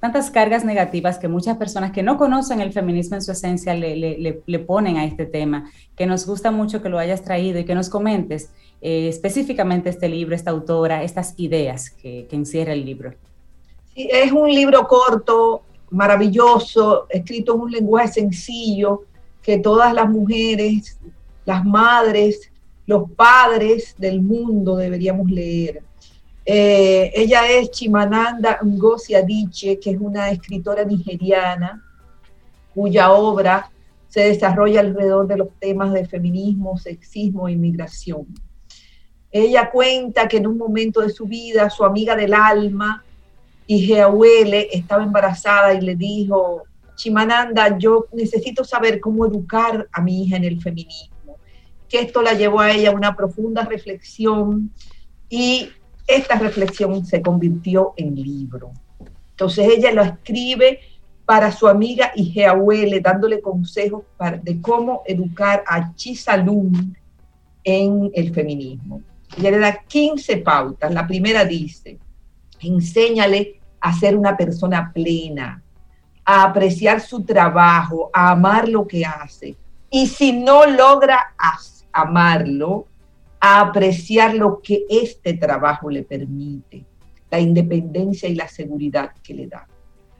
tantas cargas negativas que muchas personas que no conocen el feminismo en su esencia le, le, le, le ponen a este tema, que nos gusta mucho que lo hayas traído y que nos comentes eh, específicamente este libro, esta autora, estas ideas que, que encierra el libro. Sí, es un libro corto, maravilloso, escrito en un lenguaje sencillo, que todas las mujeres, las madres, los padres del mundo deberíamos leer. Eh, ella es Chimamanda Ngozi Adichie, que es una escritora nigeriana, cuya obra se desarrolla alrededor de los temas de feminismo, sexismo e inmigración. Ella cuenta que en un momento de su vida, su amiga del alma, Ijeawele, estaba embarazada y le dijo: Chimamanda, yo necesito saber cómo educar a mi hija en el feminismo. Que esto la llevó a ella a una profunda reflexión y esta reflexión se convirtió en libro. Entonces ella lo escribe para su amiga Ijeawele, dándole consejos para, de cómo educar a Chisalun en el feminismo. Ella le da quince pautas. La primera dice: enséñale a ser una persona plena, a apreciar su trabajo, a amar lo que hace. Y si no logra amarlo, a apreciar lo que este trabajo le permite, la independencia y la seguridad que le da.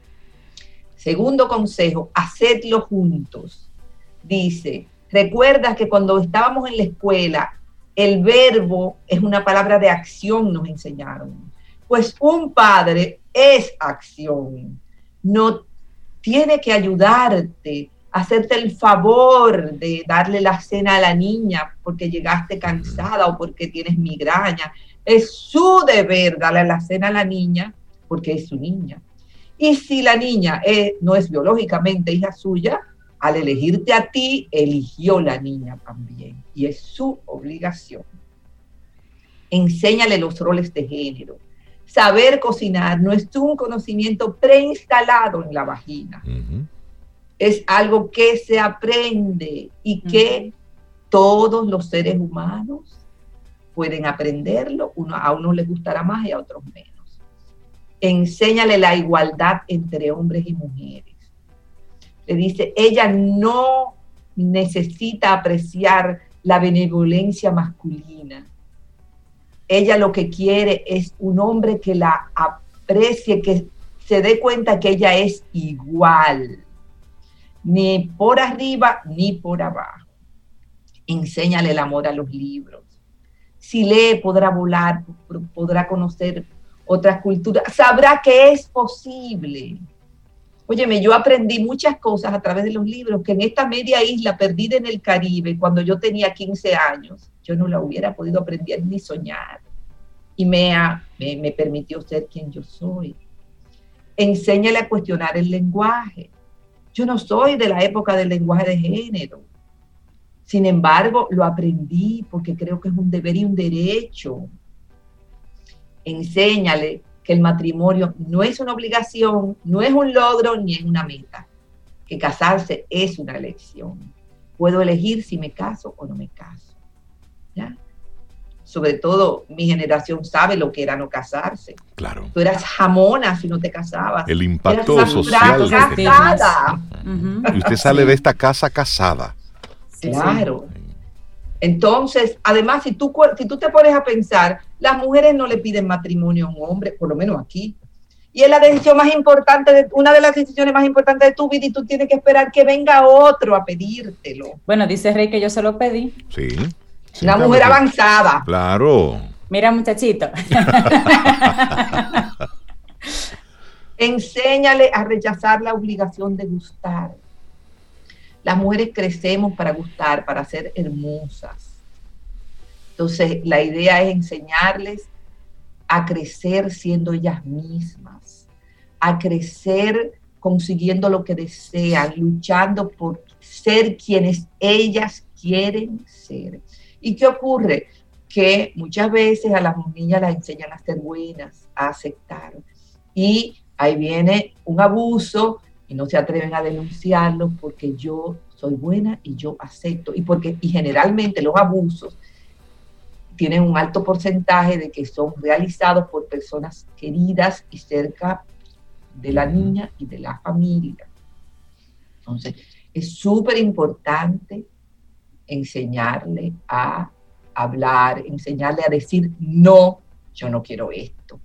Segundo consejo, hacedlo juntos. Dice: recuerda que cuando estábamos en la escuela, el verbo es una palabra de acción, nos enseñaron. Pues un padre es acción. No tiene que ayudarte, hacerte el favor de darle la cena a la niña porque llegaste cansada o porque tienes migraña. Es su deber darle la cena a la niña porque es su niña. Y si la niña es, no es biológicamente hija suya, al elegirte a ti, eligió la niña también. Y es su obligación. Enséñale los roles de género. Saber cocinar no es un conocimiento preinstalado en la vagina. Uh-huh. Es algo que se aprende y que uh-huh. todos los seres humanos pueden aprenderlo. Uno, a unos les gustará más y a otros menos. Enséñale la igualdad entre hombres y mujeres. Le dice, ella no necesita apreciar la benevolencia masculina. Ella lo que quiere es un hombre que la aprecie, que se dé cuenta que ella es igual, ni por arriba ni por abajo. Enséñale el amor a los libros. Si lee, podrá volar, podrá conocer otras culturas, sabrá que es posible. Óyeme, yo aprendí muchas cosas a través de los libros que en esta media isla perdida en el Caribe, cuando yo tenía quince años, yo no la hubiera podido aprender ni soñar. Y me, ha, me, me permitió ser quien yo soy. Enséñale a cuestionar el lenguaje. Yo no soy de la época del lenguaje de género. Sin embargo, lo aprendí porque creo que es un deber y un derecho. Enséñale que el matrimonio no es una obligación, no es un logro, ni es una meta. Que casarse es una elección. Puedo elegir si me caso o no me caso. ¿Ya? Sobre todo, mi generación sabe lo que era no casarse. Claro. Tú eras jamona si no te casabas. El impacto social. Casada. Uh-huh. Y usted sale sí. de esta casa casada. Claro. Entonces, además, si tú, si tú te pones a pensar, las mujeres no le piden matrimonio a un hombre, por lo menos aquí. Y es la decisión más importante, de, una de las decisiones más importantes de tu vida y tú tienes que esperar que venga otro a pedírtelo. Bueno, dice Rey que yo se lo pedí. Sí. Una mujer que... avanzada. Claro. Mira, muchachito. Enséñale a rechazar la obligación de gustar. Las mujeres crecemos para gustar, para ser hermosas. Entonces, la idea es enseñarles a crecer siendo ellas mismas, a crecer consiguiendo lo que desean, luchando por ser quienes ellas quieren ser. ¿Y qué ocurre? Que muchas veces a las niñas las enseñan a ser buenas, a aceptar. Y ahí viene un abuso y no se atreven a denunciarlo porque yo soy buena y yo acepto. Y, porque, y generalmente los abusos tienen un alto porcentaje de que son realizados por personas queridas y cerca de la niña y de la familia. Entonces, es súper importante enseñarle a hablar, enseñarle a decir, no, yo no quiero esto.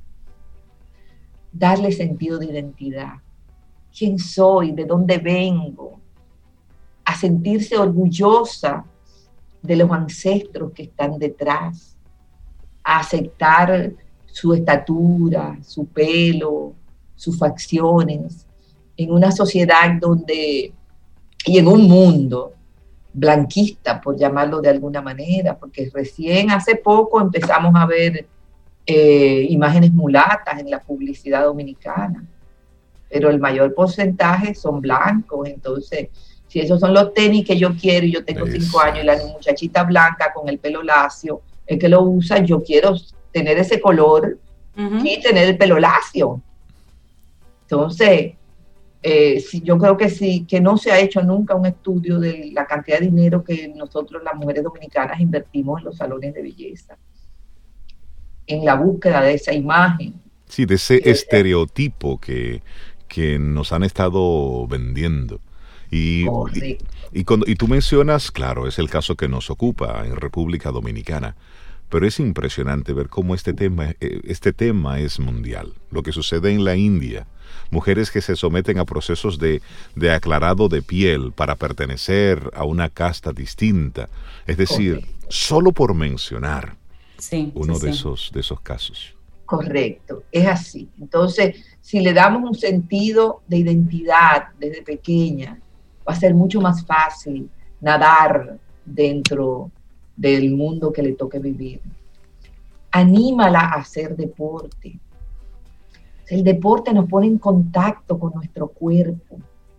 Darle sentido de identidad. ¿Quién soy? ¿De dónde vengo? A sentirse orgullosa de los ancestros que están detrás. A aceptar su estatura, su pelo, sus facciones, en una sociedad donde, y en un mundo blanquista, por llamarlo de alguna manera, porque recién hace poco empezamos a ver eh, imágenes mulatas en la publicidad dominicana, pero el mayor porcentaje son blancos. Entonces, si esos son los tenis que yo quiero y yo tengo Eso. cinco años y la muchachita blanca con el pelo lacio, el que lo usa, yo quiero tener ese color uh-huh. y tener el pelo lacio. Entonces, eh, sí, yo creo que sí, que no se ha hecho nunca un estudio de la cantidad de dinero que nosotros, las mujeres dominicanas, invertimos en los salones de belleza, en la búsqueda de esa imagen. Sí, de ese eh, estereotipo que, que nos han estado vendiendo. Y, y, y, cuando, y tú mencionas, claro, es el caso que nos ocupa en República Dominicana, pero es impresionante ver cómo este tema, este tema es mundial. Lo que sucede en la India, mujeres que se someten a procesos de, de aclarado de piel para pertenecer a una casta distinta. Es decir, correcto. Solo por mencionar sí, uno sí, de, sí. Esos, de esos casos. Correcto, es así. Entonces, si le damos un sentido de identidad desde pequeña, va a ser mucho más fácil nadar dentro del mundo que le toque vivir. Anímala a hacer deporte. El deporte nos pone en contacto con nuestro cuerpo.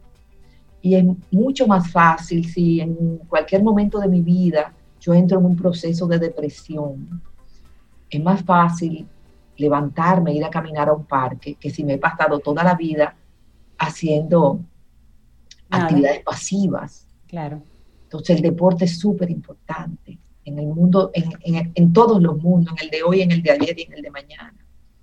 Y es mucho más fácil si en cualquier momento de mi vida yo entro en un proceso de depresión. Es más fácil levantarme, ir a caminar a un parque, que si me he pasado toda la vida haciendo Nada. actividades pasivas. Claro. Entonces el deporte es súper importante en el mundo, en, en, en todos los mundos, en el de hoy, en el de ayer y en el de mañana.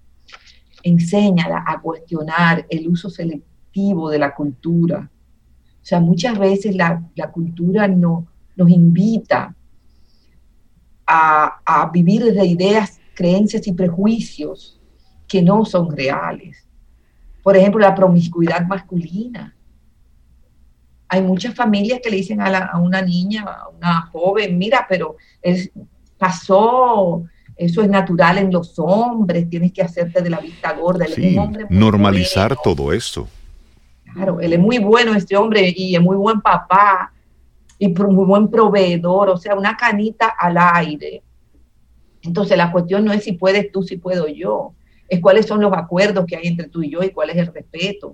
Enséñala a cuestionar el uso selectivo de la cultura. O sea, muchas veces la, la cultura no, nos invita a, a vivir desde ideas, creencias y prejuicios que no son reales. Por ejemplo, la promiscuidad masculina. Hay muchas familias que le dicen a, la, a una niña, a una joven, mira, pero es, pasó, eso es natural en los hombres, tienes que hacerte de la vista gorda. Él sí, es un hombre muy normalizar bueno. todo eso. Claro, él es muy bueno este hombre y es muy buen papá y muy buen proveedor, o sea, una canita al aire. Entonces la cuestión no es si puedes tú, si puedo yo, es cuáles son los acuerdos que hay entre tú y yo y cuál es el respeto.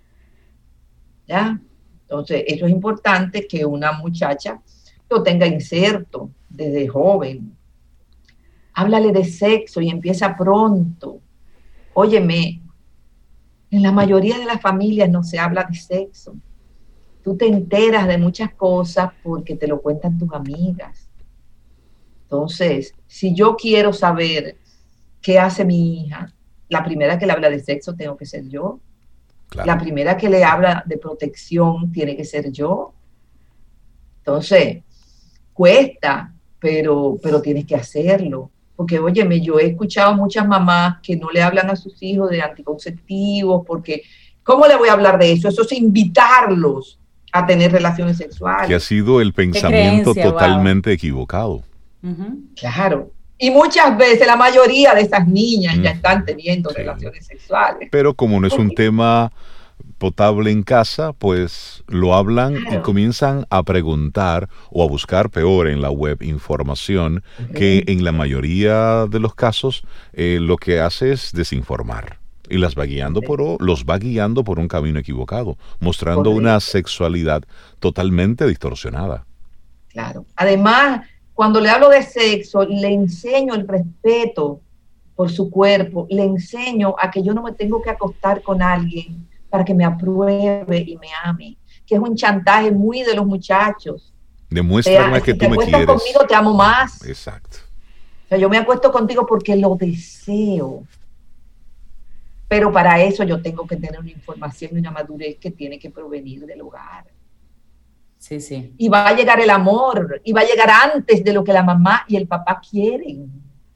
¿Ya? Entonces, eso es importante que una muchacha lo tenga inserto desde joven. Háblale de sexo y empieza pronto. Óyeme, en la mayoría de las familias no se habla de sexo. Tú te enteras de muchas cosas porque te lo cuentan tus amigas. Entonces, si yo quiero saber qué hace mi hija, la primera que le habla de sexo tengo que ser yo. Claro. La primera que le habla de protección tiene que ser yo. Entonces, cuesta, pero, pero tienes que hacerlo. Porque, óyeme, yo he escuchado muchas mamás que no le hablan a sus hijos de anticonceptivos, porque, ¿cómo le voy a hablar de eso? Eso es invitarlos a tener relaciones sexuales. Que ha sido el pensamiento creencia, totalmente wow. equivocado. Uh-huh. Claro. Y muchas veces la mayoría de esas niñas mm. ya están teniendo sí. relaciones sexuales. Pero como no es un tema potable en casa, pues lo hablan claro. y comienzan a preguntar o a buscar, peor en la web, información uh-huh. que en la mayoría de los casos eh, lo que hace es desinformar. Y las va guiando por, los va guiando por un camino equivocado, mostrando Correcto. Una sexualidad totalmente distorsionada. Claro. Además, cuando le hablo de sexo, le enseño el respeto por su cuerpo, le enseño a que yo no me tengo que acostar con alguien para que me apruebe y me ame, que es un chantaje muy de los muchachos. Demuéstrame o sea, que si tú me quieres. Si te acuestas conmigo, te amo más. Exacto. O sea, yo me acuesto contigo porque lo deseo. Pero para eso yo tengo que tener una información y una madurez que tiene que provenir del hogar. Sí, sí. Y va a llegar el amor, y va a llegar antes de lo que la mamá y el papá quieren.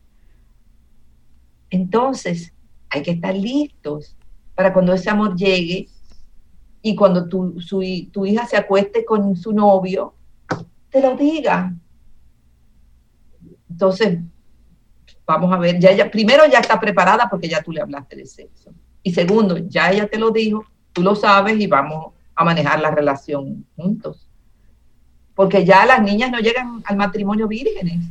Entonces, hay que estar listos para cuando ese amor llegue y cuando tu, su, tu hija se acueste con su novio, te lo diga. Entonces, vamos a ver, ya ella, primero ya está preparada porque ya tú le hablaste de sexo. Y segundo, ya ella te lo dijo, tú lo sabes y vamos a manejar la relación juntos. Porque ya las niñas no llegan al matrimonio vírgenes.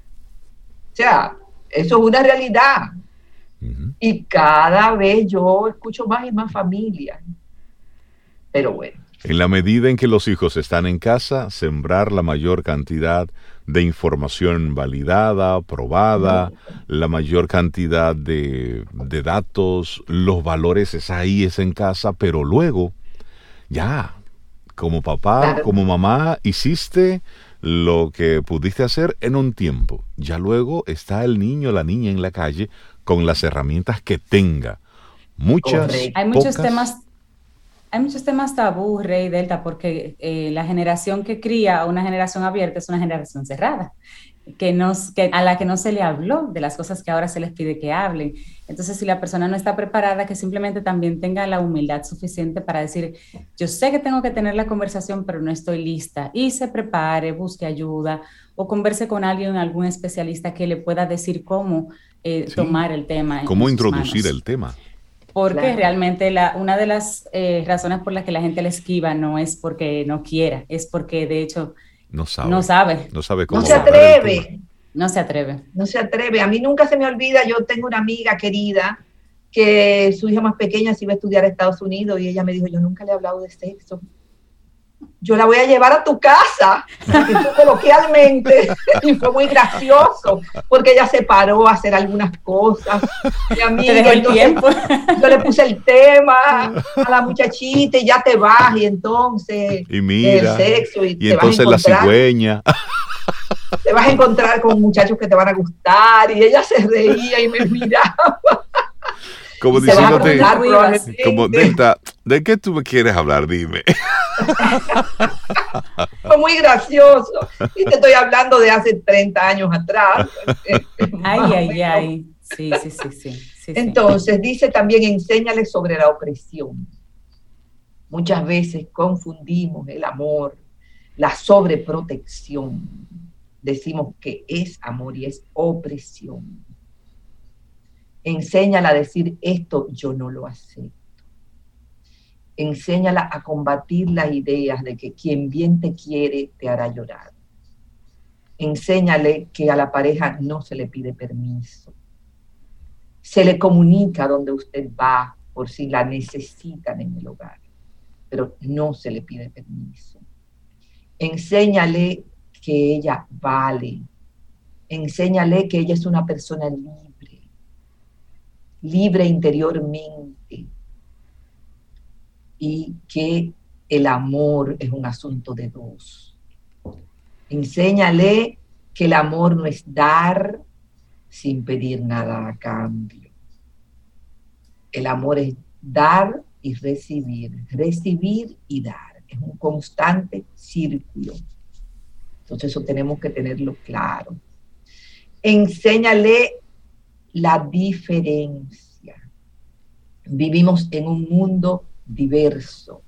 O sea, eso es una realidad. Uh-huh. Y cada vez yo escucho más y más familias. Pero bueno. En la medida en que los hijos están en casa, sembrar la mayor cantidad de información validada, probada, la mayor cantidad de, de datos, los valores es ahí, es en casa, pero luego, ya, como papá, claro. como mamá, hiciste lo que pudiste hacer en un tiempo. Ya luego está el niño, la niña en la calle con las herramientas que tenga. Muchas, Correcto. Hay muchos pocas, temas... Hay muchos temas tabú, Rey Delta, porque eh, la generación que cría una generación abierta es una generación cerrada, que nos, que, a la que no se le habló de las cosas que ahora se les pide que hablen. Entonces, si la persona no está preparada, que simplemente también tenga la humildad suficiente para decir, yo sé que tengo que tener la conversación, pero no estoy lista, y se prepare, busque ayuda, o converse con alguien, algún especialista que le pueda decir cómo eh, sí, tomar el tema. Cómo introducir el tema. Porque Claro. realmente la, una de las eh, razones por las que la gente la esquiva no es porque no quiera, es porque de hecho no sabe. No sabe, no, sabe cómo no se atreve. No se atreve. No se atreve. A mí nunca se me olvida, yo tengo una amiga querida que su hija más pequeña se iba a estudiar a Estados Unidos y ella me dijo, yo nunca le he hablado de sexo. Yo la voy a llevar a tu casa, y tú coloquialmente, y fue muy gracioso, porque ella se paró a hacer algunas cosas. Mi amiga, te dejó el tiempo. Yo le puse el tema a la muchachita y ya te vas, y entonces y mira, el sexo. Y, y te entonces vas a la cigüeña. Te vas a encontrar con muchachos que te van a gustar, y ella se reía y me miraba. Como diciéndote, como Delta, ¿de qué tú me quieres hablar? Dime. Fue muy gracioso. Y te estoy hablando de hace treinta años atrás. Ay, ay, ay. Sí, sí, sí, sí, sí. Entonces, sí. Dice también, enséñale sobre la opresión. Muchas veces confundimos el amor, la sobreprotección. Decimos que es amor y es opresión. Enséñala a decir, esto yo no lo acepto. Enséñala a combatir las ideas de que quien bien te quiere te hará llorar. Enséñale que a la pareja no se le pide permiso. Se le comunica donde usted va por si la necesitan en el hogar, pero no se le pide permiso. Enséñale que ella vale. Enséñale que ella es una persona libre. libre interiormente, y que el amor es un asunto de dos. Enséñale que el amor no es dar sin pedir nada a cambio. El amor es dar y recibir, recibir y dar. Es un constante círculo. Entonces eso tenemos que tenerlo claro. Enséñale la diferencia. Vivimos en un mundo diverso.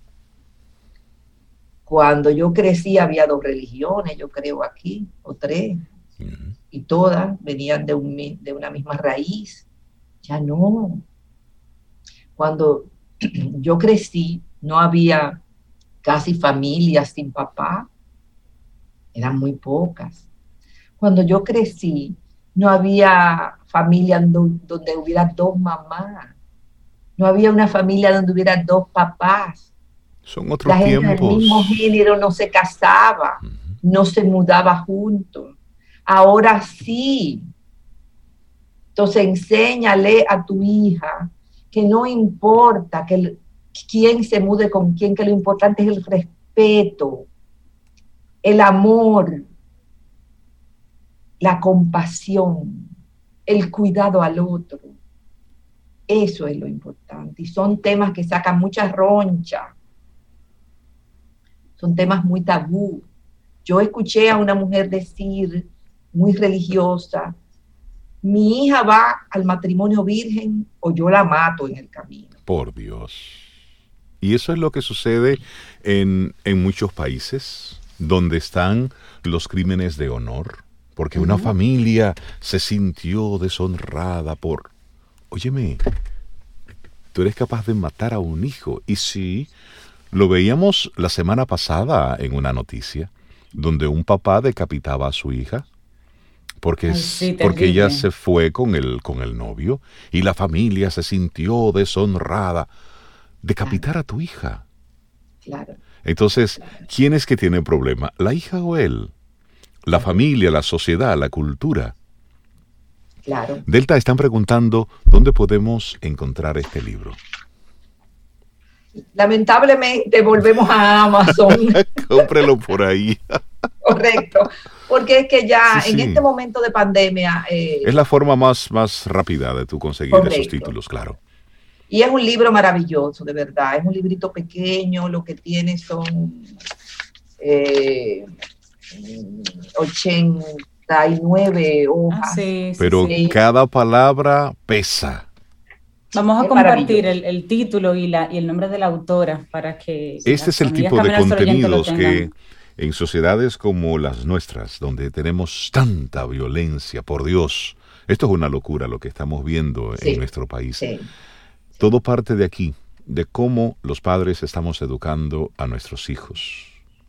Cuando yo crecí había dos religiones, yo creo aquí, o tres, uh-huh. y todas venían de, un, de una misma raíz. Ya no. Cuando yo crecí no había casi familias sin papá, eran muy pocas. Cuando yo crecí no había familia donde hubiera dos mamás. No había una familia donde hubiera dos papás. Son otros La gente tiempos. del mismo género no se casaba, uh-huh. no se mudaba juntos. Ahora sí. Entonces enséñale a tu hija que no importa que el, quién se mude con quién, que lo importante es el respeto, el amor, la compasión, el cuidado al otro. Eso es lo importante. Y son temas que sacan mucha roncha. Son temas muy tabú. Yo escuché a una mujer decir, muy religiosa, mi hija va al matrimonio virgen o yo la mato en el camino. Por Dios. Y eso es lo que sucede en, en muchos países donde están los crímenes de honor, porque uh-huh. una familia se sintió deshonrada por, óyeme, tú eres capaz de matar a un hijo. Y sí, lo veíamos la semana pasada en una noticia, donde un papá decapitaba a su hija, porque, Ay, sí, porque ella se fue con el, con el novio, y la familia se sintió deshonrada. Decapitar claro. a tu hija. Claro. Entonces, claro. ¿quién es que tiene el problema? ¿La hija o él? ¿La claro. familia, la sociedad, la cultura? Claro. Delta, están preguntando dónde podemos encontrar este libro. Lamentablemente volvemos a Amazon. Cómprelo por ahí. Correcto. Porque es que ya sí, en sí. este momento de pandemia... Eh, es la forma más, más rápida de tú conseguir correcto. Esos títulos, claro. Y es un libro maravilloso, de verdad. Es un librito pequeño, lo que tiene son eh, ochenta y nueve hojas. Ah, sí, Pero sí, sí. cada palabra pesa. Vamos a es compartir el, el título y, la, y el nombre de la autora para que... Este es el tipo de contenidos que en sociedades como las nuestras, donde tenemos tanta violencia, por Dios, esto es una locura lo que estamos viendo sí, en nuestro país. Sí. Todo parte de aquí, de cómo los padres estamos educando a nuestros hijos.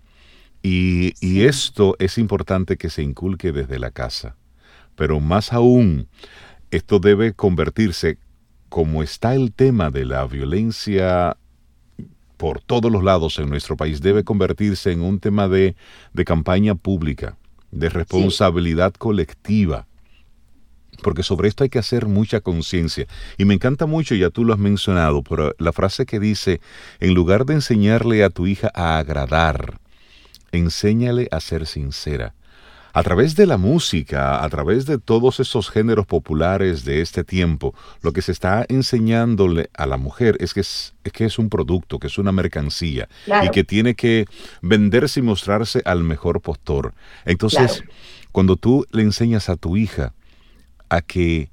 Y, sí. y esto es importante que se inculque desde la casa. Pero más aún, esto debe convertirse, como está el tema de la violencia por todos los lados en nuestro país, debe convertirse en un tema de, de campaña pública, de responsabilidad sí. colectiva. Porque sobre esto hay que hacer mucha conciencia. Y me encanta mucho, ya tú lo has mencionado, pero la frase que dice, en lugar de enseñarle a tu hija a agradar, enséñale a ser sincera. A través de la música, a través de todos esos géneros populares de este tiempo, lo que se está enseñándole a la mujer es que es, es, que es un producto, que es una mercancía, claro. y que tiene que venderse y mostrarse al mejor postor. Entonces, claro. cuando tú le enseñas a tu hija a que,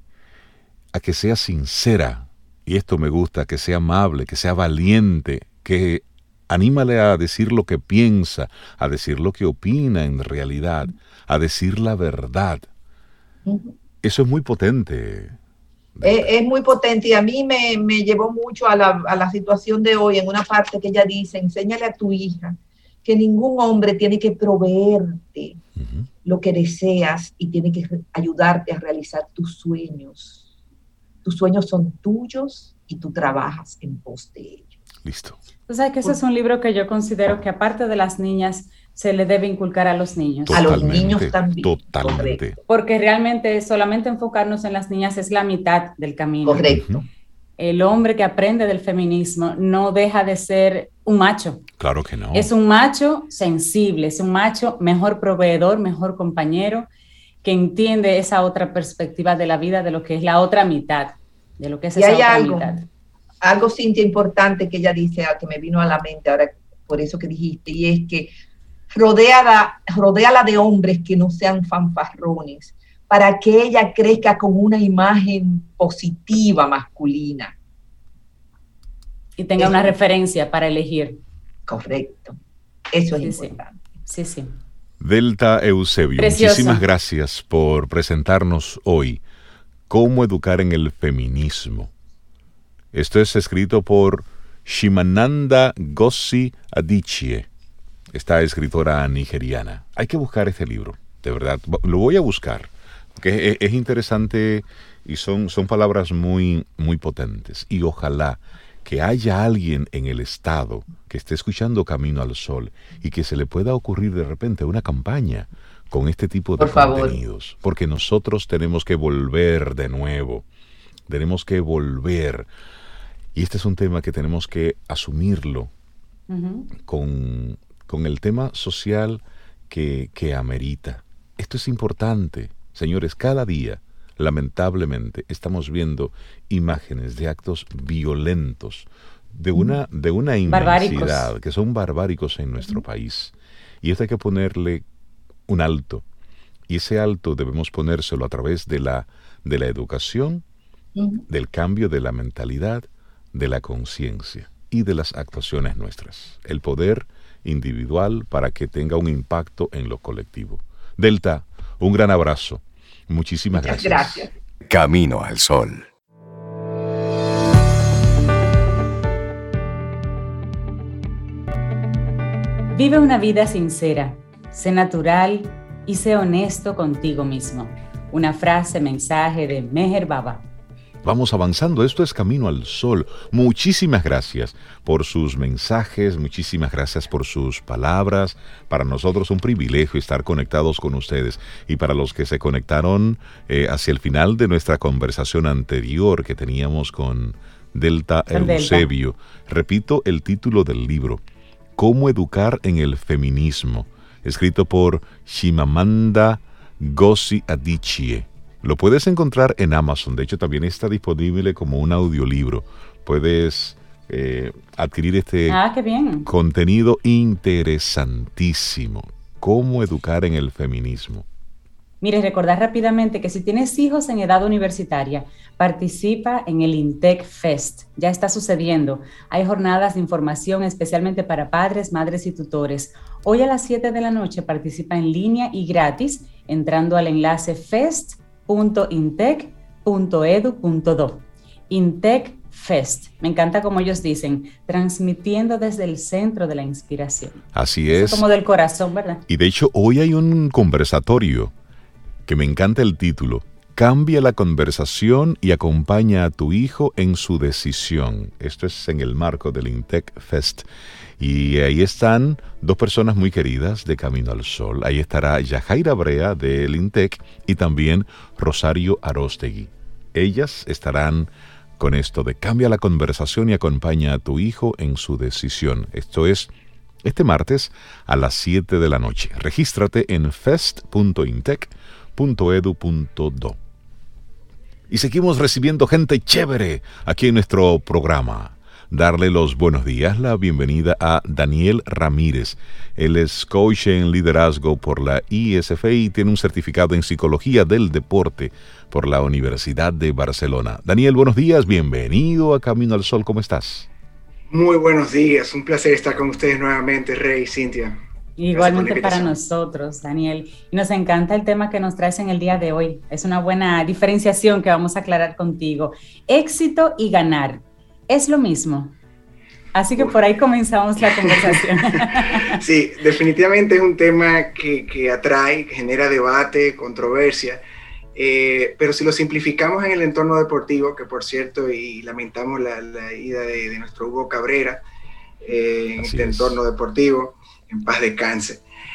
a que sea sincera, y esto me gusta, que sea amable, que sea valiente, que anímale a decir lo que piensa, a decir lo que opina en realidad, a decir la verdad. Uh-huh. Eso es muy potente. Es, es muy potente y a mí me, me llevó mucho a la, a la situación de hoy, en una parte que ella dice, enséñale a tu hija que ningún hombre tiene que proveerte uh-huh. lo que deseas y tiene que re- ayudarte a realizar tus sueños. Tus sueños son tuyos y tú trabajas en pos de ellos. Listo. Tú sabes que ese es un libro que yo considero que aparte de las niñas se le debe inculcar a los niños. Totalmente, a los niños también. Totalmente. Correcto. Porque realmente solamente enfocarnos en las niñas es la mitad del camino. Correcto. Uh-huh. El hombre que aprende del feminismo no deja de ser un macho. Claro que no. Es un macho sensible, es un macho mejor proveedor, mejor compañero, que entiende esa otra perspectiva de la vida, de lo que es la otra mitad, de lo que es y esa hay otra algo, mitad. Algo, Cintia, importante que ella dice, que me vino a la mente ahora por eso que dijiste, y es que rodéala, rodéala de hombres que no sean fanfarrones, para que ella crezca con una imagen positiva masculina. Y tenga eso. Una referencia para elegir. Correcto. Eso es sí, importante. Sí, sí. Delta Eusebio, Precioso. Muchísimas gracias por presentarnos hoy Cómo educar en el feminismo. Esto es escrito por Shimananda Ngozi Adichie, esta escritora nigeriana. Hay que buscar este libro, de verdad. Lo voy a buscar, porque es, es interesante y son, son palabras muy, muy potentes. Y ojalá que haya alguien en el Estado que esté escuchando Camino al Sol y que se le pueda ocurrir de repente una campaña con este tipo de contenidos. Porque nosotros tenemos que volver de nuevo. Tenemos que volver. Y este es un tema que tenemos que asumirlo uh-huh. con, con el tema social que, que amerita. Esto es importante. Señores, cada día lamentablemente estamos viendo imágenes de actos violentos, de una, de una inmensidad, barbáricos. Que son barbáricos en nuestro país. Y esto hay que ponerle un alto. Y ese alto debemos ponérselo a través de la, de la educación, uh-huh. del cambio de la mentalidad, de la conciencia y de las actuaciones nuestras. El poder individual para que tenga un impacto en lo colectivo. Delta, un gran abrazo. Muchísimas Muchas gracias. gracias. Camino al Sol. Vive una vida sincera, sé natural y sé honesto contigo mismo. Una frase, mensaje de Meher Baba. Vamos avanzando, esto es Camino al Sol. Muchísimas gracias por sus mensajes, muchísimas gracias por sus palabras. Para nosotros un privilegio estar conectados con ustedes. Y para los que se conectaron eh, hacia el final de nuestra conversación anterior que teníamos con Delta Eusebio, repito el título del libro, Cómo educar en el feminismo, escrito por Chimamanda Ngozi Adichie. Lo puedes encontrar en Amazon, de hecho también está disponible como un audiolibro. Puedes eh, adquirir este ah, qué bien. contenido interesantísimo. Cómo educar en el feminismo. Mire, recordar rápidamente que si tienes hijos en edad universitaria, participa en el INTEC Fest. Ya está sucediendo. Hay jornadas de información especialmente para padres, madres y tutores. Hoy a las siete de la noche participa en línea y gratis entrando al enlace fest punto intec punto edu punto do. INTEC Fest. Me encanta como ellos dicen, transmitiendo desde el centro de la inspiración. Así es. Eso como del corazón, ¿verdad? Y de hecho hoy hay un conversatorio que me encanta el título. Cambia la conversación y acompaña a tu hijo en su decisión. Esto es en el marco del INTEC Fest. Y ahí están dos personas muy queridas de Camino al Sol. Ahí estará Yajaira Brea del INTEC y también Rosario Aróstegui. Ellas estarán con esto de cambia la conversación y acompaña a tu hijo en su decisión. Esto es este martes a las siete de la noche. Regístrate en fest punto intec punto edu punto do. Y seguimos recibiendo gente chévere aquí en nuestro programa. Darle los buenos días, la bienvenida a Daniel Ramírez. Él es coach en liderazgo por la I S F y tiene un certificado en psicología del deporte por la Universidad de Barcelona. Daniel, buenos días, bienvenido a Camino al Sol, ¿cómo estás? Muy buenos días, un placer estar con ustedes nuevamente, Rey y Cintia. Igualmente para nosotros, Daniel. Y nos encanta el tema que nos traes en el día de hoy. Es una buena diferenciación que vamos a aclarar contigo. Éxito y ganar. ¿Es lo mismo? Así que por ahí comenzamos la conversación. Sí, definitivamente es un tema que, que atrae, que genera debate, controversia, eh, pero si lo simplificamos en el entorno deportivo, que por cierto, y lamentamos la, la ida de, de nuestro Hugo Cabrera eh, en Así este es. entorno deportivo, en paz descanse.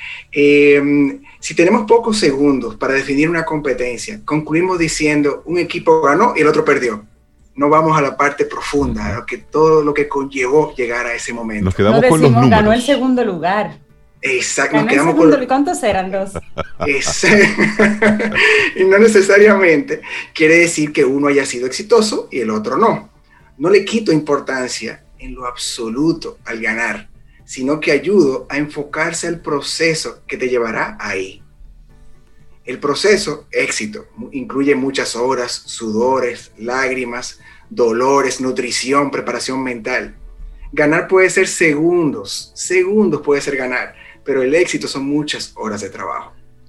Eh, si tenemos pocos segundos para definir una competencia, concluimos diciendo un equipo ganó y el otro perdió. No vamos a la parte profunda, a lo que, todo lo que conllevó llegar a ese momento. Nos quedamos no con decimos, los números. ganó el segundo lugar. Exacto. Ganó Nos quedamos el segundo, con... ¿Cuántos eran? Dos. Es... y no necesariamente quiere decir que uno haya sido exitoso y el otro no. No le quito importancia en lo absoluto al ganar, sino que ayudo a enfocarse al proceso que te llevará ahí. El proceso, éxito, incluye muchas horas, sudores, lágrimas, dolores, nutrición, preparación mental. Ganar puede ser segundos, segundos puede ser ganar, pero el éxito son muchas horas de trabajo.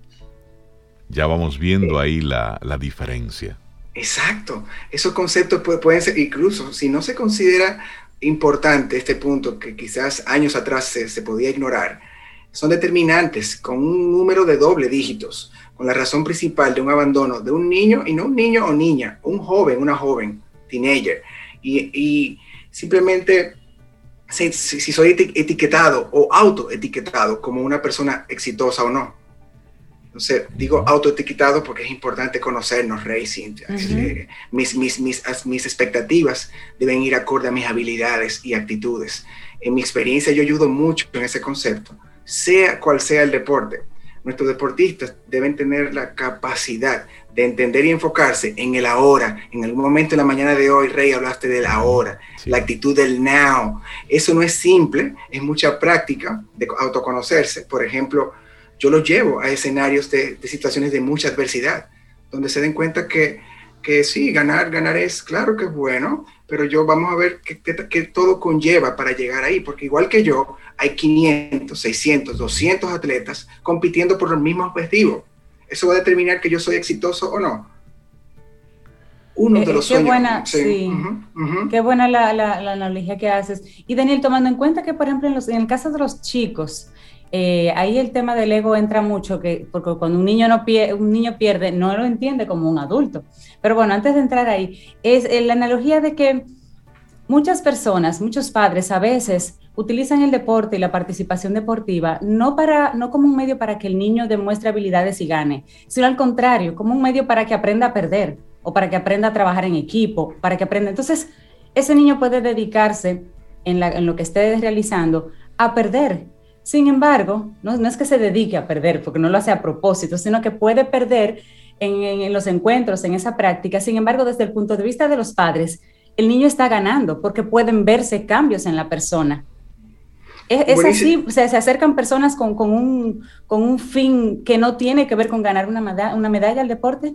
Ya vamos viendo ahí la, la diferencia. Exacto, esos conceptos pueden ser, incluso si no se considera importante este punto que quizás años atrás se, se podía ignorar, son determinantes con un número de doble dígitos, con la razón principal de un abandono de un niño, y no un niño o niña, un joven, una joven, teenager, y, y simplemente si, si soy etiquetado o autoetiquetado como una persona exitosa o no. Entonces, digo autoetiquetado porque es importante conocernos, Rey, Cintia. Uh-huh. eh, mis, mis, mis, mis expectativas deben ir acorde a mis habilidades y actitudes. En mi experiencia yo ayudo mucho en ese concepto, sea cual sea el deporte. nuestros deportistas deben tener la capacidad de entender y enfocarse en el ahora. En algún momento en la mañana de hoy, Rey, hablaste del ahora, sí. La actitud del now. Eso no es simple, es mucha práctica de autoconocerse. Por ejemplo, yo los llevo a escenarios de, de situaciones de mucha adversidad, donde se den cuenta que, que sí, ganar, ganar es, claro que es bueno, pero yo vamos a ver qué, qué, qué todo conlleva para llegar ahí, porque igual que yo, hay quinientos, seiscientos, doscientos atletas compitiendo por el mismo objetivo. Eso va a determinar que yo soy exitoso o no. Uno de los qué sueños. Buena, sí. sí. Uh-huh, uh-huh. Qué buena la, la, la analogía que haces. Y Daniel, tomando en cuenta que, por ejemplo, en, los, en el caso de los chicos, eh, ahí el tema del ego entra mucho, que, porque cuando un niño, no pierde, un niño pierde, no lo entiende como un adulto. Pero bueno, antes de entrar ahí, es eh, la analogía de que muchas personas, muchos padres a veces utilizan el deporte y la participación deportiva no, para, no como un medio para que el niño demuestre habilidades y gane, sino al contrario, como un medio para que aprenda a perder o para que aprenda a trabajar en equipo, para que aprenda. Entonces, ese niño puede dedicarse en, la, en lo que esté realizando a perder. Sin embargo, no, no es que se dedique a perder, porque no lo hace a propósito, sino que puede perder en, en, en los encuentros, en esa práctica. Sin embargo, desde el punto de vista de los padres, el niño está ganando porque pueden verse cambios en la persona. Es, es así, o sea, se acercan personas con, con, un, con un fin que no tiene que ver con ganar una medalla, una medalla al deporte.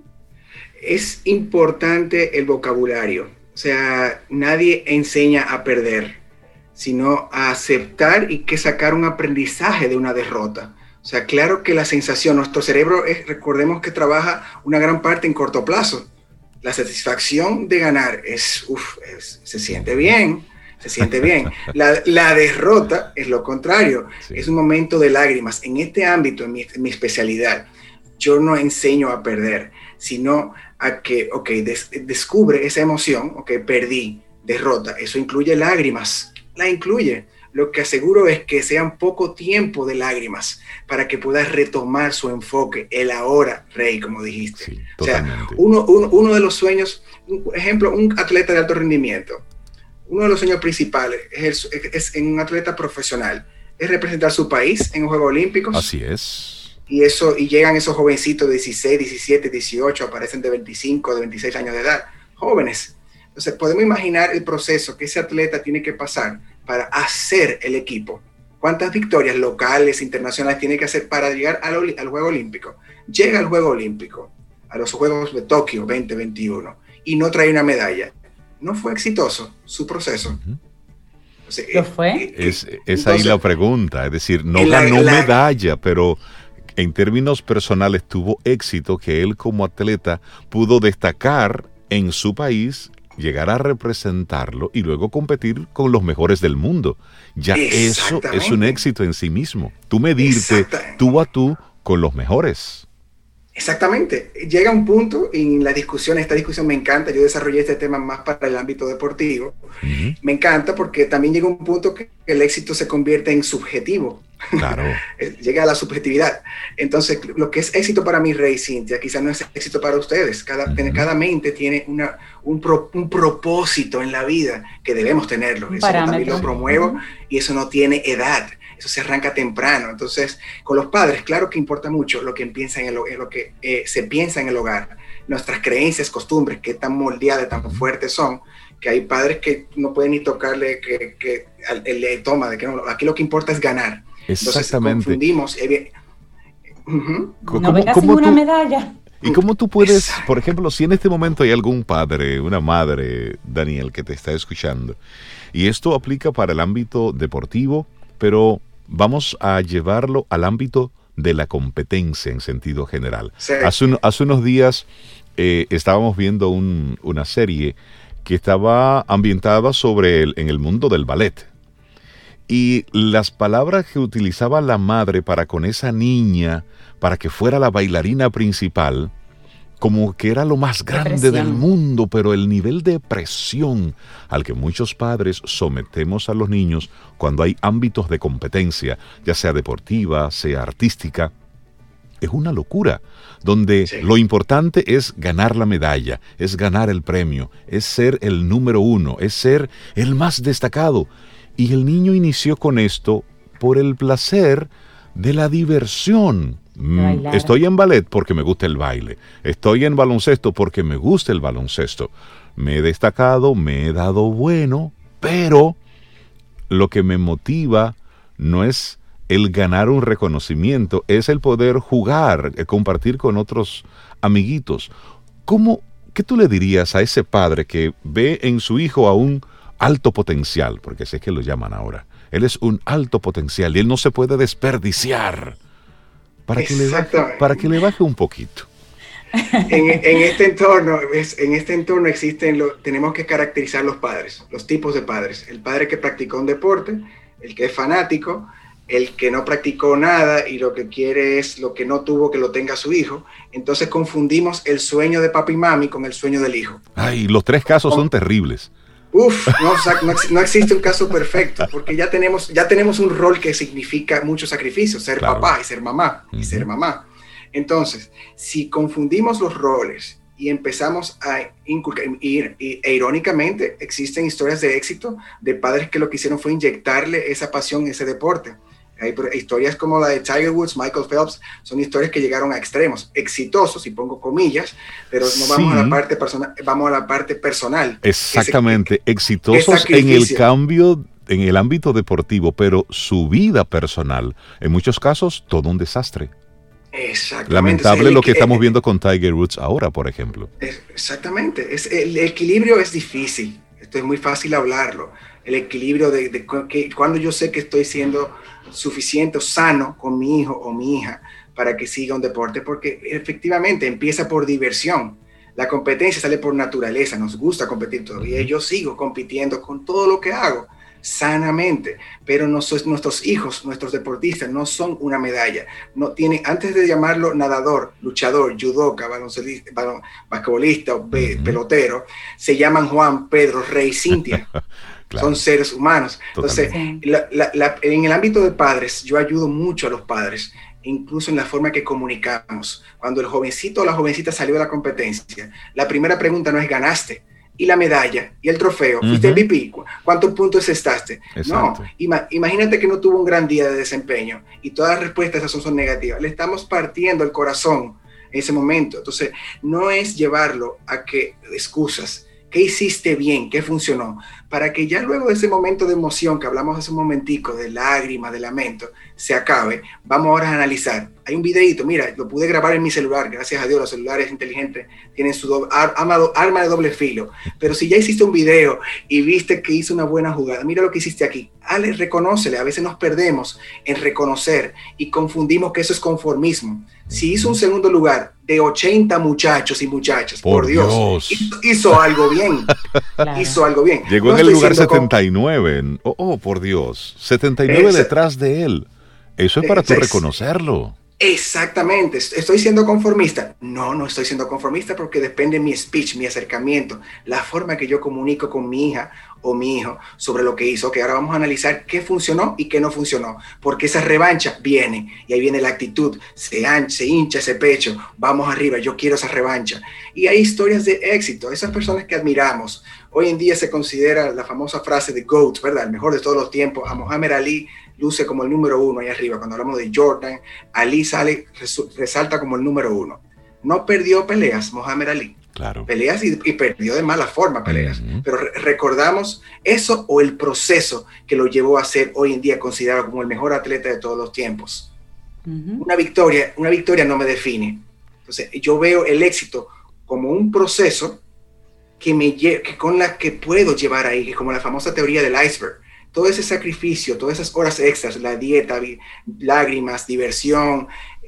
Es importante el vocabulario. O sea, nadie enseña a perder, sino a aceptar y que sacar un aprendizaje de una derrota. O sea, claro que la sensación, nuestro cerebro, es, recordemos que trabaja una gran parte en corto plazo. La satisfacción de ganar es, uf, es, se siente bien, se siente bien. La, la derrota es lo contrario, sí. Es un momento de lágrimas. En este ámbito, en mi, en mi especialidad, yo no enseño a perder, sino a que, ok, des, descubre esa emoción, ok, perdí, derrota, eso incluye lágrimas, la incluye. Lo que aseguro es que sean poco tiempo de lágrimas para que puedas retomar su enfoque, el ahora, Rey, como dijiste. Sí, o sea, uno, uno, uno de los sueños, un ejemplo, un atleta de alto rendimiento, uno de los sueños principales es, el, es, es en un atleta profesional, es representar su país en los Juegos Olímpicos. Así es. Y, eso, y llegan esos jovencitos de dieciséis, diecisiete, dieciocho, aparecen de veinticinco, de veintiséis años de edad, jóvenes. Entonces, podemos imaginar el proceso que ese atleta tiene que pasar para hacer el equipo. ¿Cuántas victorias locales, internacionales tiene que hacer para llegar al, al Juego Olímpico? Llega al Juego Olímpico, a los Juegos de Tokio veinte veintiuno, y no trae una medalla. ¿No fue exitoso su proceso? Uh-huh. O sea, ¿Lo fue? Eh, es, es entonces, ahí la pregunta, es decir, no ganó la, medalla, pero en términos personales tuvo éxito que él como atleta pudo destacar en su país, llegar a representarlo y luego competir con los mejores del mundo. Ya eso es un éxito en sí mismo. Tú medirte tú a tú con los mejores. Exactamente. Llega un punto en la discusión, esta discusión me encanta, yo desarrollé este tema más para el ámbito deportivo. Uh-huh. Me encanta porque también llega un punto que el éxito se convierte en subjetivo. Claro. Llega a la subjetividad. Entonces, lo que es éxito para mí, Rey, Cintia, quizás no es éxito para ustedes. Cada, uh-huh. cada mente tiene una, un, pro, un propósito en la vida que debemos tenerlo. Eso también lo promuevo, uh-huh. y eso no tiene edad. Eso se arranca temprano. Entonces, con los padres, claro que importa mucho lo que, piensa en el, en lo que eh, se piensa en el hogar. Nuestras creencias, costumbres, qué tan moldeadas, tan fuertes son, que hay padres que no pueden ni tocarle que, que el, el toma, de que no, aquí lo que importa es ganar. Exactamente. Entonces confundimos. Eh, uh-huh. No venga sin una medalla. ¿Y cómo tú puedes, Exacto. por ejemplo, si en este momento hay algún padre, una madre, Daniel, que te está escuchando, y esto aplica para el ámbito deportivo, pero vamos a llevarlo al ámbito de la competencia en sentido general. Sí. Hace, un, hace unos días eh, estábamos viendo un, una serie que estaba ambientada sobre el, en el mundo del ballet. Y las palabras que utilizaba la madre para con esa niña, para que fuera la bailarina principal, como que era lo más grande del mundo, pero el nivel de presión al que muchos padres sometemos a los niños cuando hay ámbitos de competencia, ya sea deportiva, sea artística, es una locura, donde sí. lo importante es ganar la medalla, es ganar el premio, es ser el número uno, es ser el más destacado. Y el niño inició con esto por el placer de la diversión. Mm, estoy en ballet porque me gusta el baile. Estoy en baloncesto porque me gusta el baloncesto. Me he destacado, me he dado bueno, pero lo que me motiva no es el ganar un reconocimiento, es el poder jugar, el compartir con otros amiguitos. ¿Cómo, qué tú le dirías a ese padre que ve en su hijo a un alto potencial? Porque sé que lo llaman ahora. Él es un alto potencial y él no se puede desperdiciar. Para que, le baje, para que le baje un poquito. En, en este entorno, en este entorno existen, lo, tenemos que caracterizar los padres, los tipos de padres. El padre que practicó un deporte, el que es fanático, el que no practicó nada y lo que quiere es lo que no tuvo que lo tenga su hijo. Entonces confundimos el sueño de papi y mami con el sueño del hijo. Ay, los tres casos son terribles. Uf, no, no, no existe un caso perfecto, porque ya tenemos, ya tenemos un rol que significa mucho sacrificio, ser claro. papá y ser mamá, y uh-huh. ser mamá. Entonces, si confundimos los roles y empezamos a inculcar, y, y, e irónicamente, existen historias de éxito de padres que lo que hicieron fue inyectarle esa pasión, ese deporte. Hay historias como la de Tiger Woods, Michael Phelps, son historias que llegaron a extremos, exitosos, y pongo comillas, pero no vamos, sí. a, la parte persona, vamos a la parte personal. Exactamente, ese, exitosos en el cambio, en el ámbito deportivo, pero su vida personal, en muchos casos, todo un desastre. Exactamente. Lamentable es lo que estamos viendo con Tiger Woods ahora, por ejemplo. Es, exactamente, es, el, el equilibrio es difícil, esto es muy fácil hablarlo, el equilibrio de, de, de que cuando yo sé que estoy siendo suficiente o sano con mi hijo o mi hija para que siga un deporte, porque efectivamente empieza por diversión. La competencia sale por naturaleza, nos gusta competir todavía. Yo sigo compitiendo con todo lo que hago sanamente, pero no son, nuestros hijos, nuestros deportistas no son una medalla. No tienen, antes de llamarlo nadador, luchador, judoka, baloncelista, balon, basquetbolista o be, uh-huh. pelotero, se llaman Juan, Pedro, Rey, Cintia. Claro. Son seres humanos. Entonces, la, la, la, en el ámbito de padres, yo ayudo mucho a los padres, incluso en la forma que comunicamos. Cuando el jovencito o la jovencita salió de la competencia, la primera pregunta no es ¿ganaste? ¿Y la medalla? ¿Y el trofeo? ¿Fuiste uh-huh. M V P? ¿Cuántos puntos estaste? Exacto. No, ima, imagínate que no tuvo un gran día de desempeño y todas las respuestas esas son, son negativas. Le estamos partiendo el corazón en ese momento. Entonces, no es llevarlo a que excusas. ¿Qué hiciste bien? ¿Qué funcionó? Para que ya luego de ese momento de emoción que hablamos hace un momentico, de lágrimas, de lamento, se acabe, vamos ahora a analizar. Hay un videito, mira, lo pude grabar en mi celular, gracias a Dios, los celulares inteligentes tienen su doble, arma, arma de doble filo. Pero si ya hiciste un video y viste que hizo una buena jugada, mira lo que hiciste aquí. Ale, reconócele. A veces nos perdemos en reconocer y confundimos que eso es conformismo. Si hizo un segundo lugar de ochenta muchachos y muchachas, por, por Dios, Dios. Hizo, hizo algo bien. Claro. Hizo algo bien. Llegó no en el lugar setenta y nueve. Con... Oh, oh, por Dios. setenta y nueve Esa... detrás de él. Eso es para Esa... tú reconocerlo. Exactamente. ¿Estoy siendo conformista? No, no estoy siendo conformista porque depende mi speech, mi acercamiento, la forma que yo comunico con mi hija o mi hijo sobre lo que hizo. Ok, ahora vamos a analizar qué funcionó y qué no funcionó, porque esa revancha viene, y ahí viene la actitud, se, ancha, se hincha ese pecho, vamos arriba, yo quiero esa revancha. Y hay historias de éxito, esas personas que admiramos. Hoy en día se considera la famosa frase de GOAT, ¿verdad? El mejor de todos los tiempos. A Muhammad Ali luce como el número uno ahí arriba. Cuando hablamos de Jordan, Ali sale, resalta como el número uno. No perdió peleas, Muhammad Ali. Claro. Peleas y, y perdió de mala forma peleas. Uh-huh. Pero re- recordamos eso o el proceso que lo llevó a ser hoy en día considerado como el mejor atleta de todos los tiempos. Uh-huh. Una victoria, una victoria no me define. Entonces, yo veo el éxito como un proceso que me lle- que con la que puedo llevar ahí, que como la famosa teoría del iceberg. Todo ese sacrificio, todas esas horas extras, la dieta, vi- lágrimas, diversión,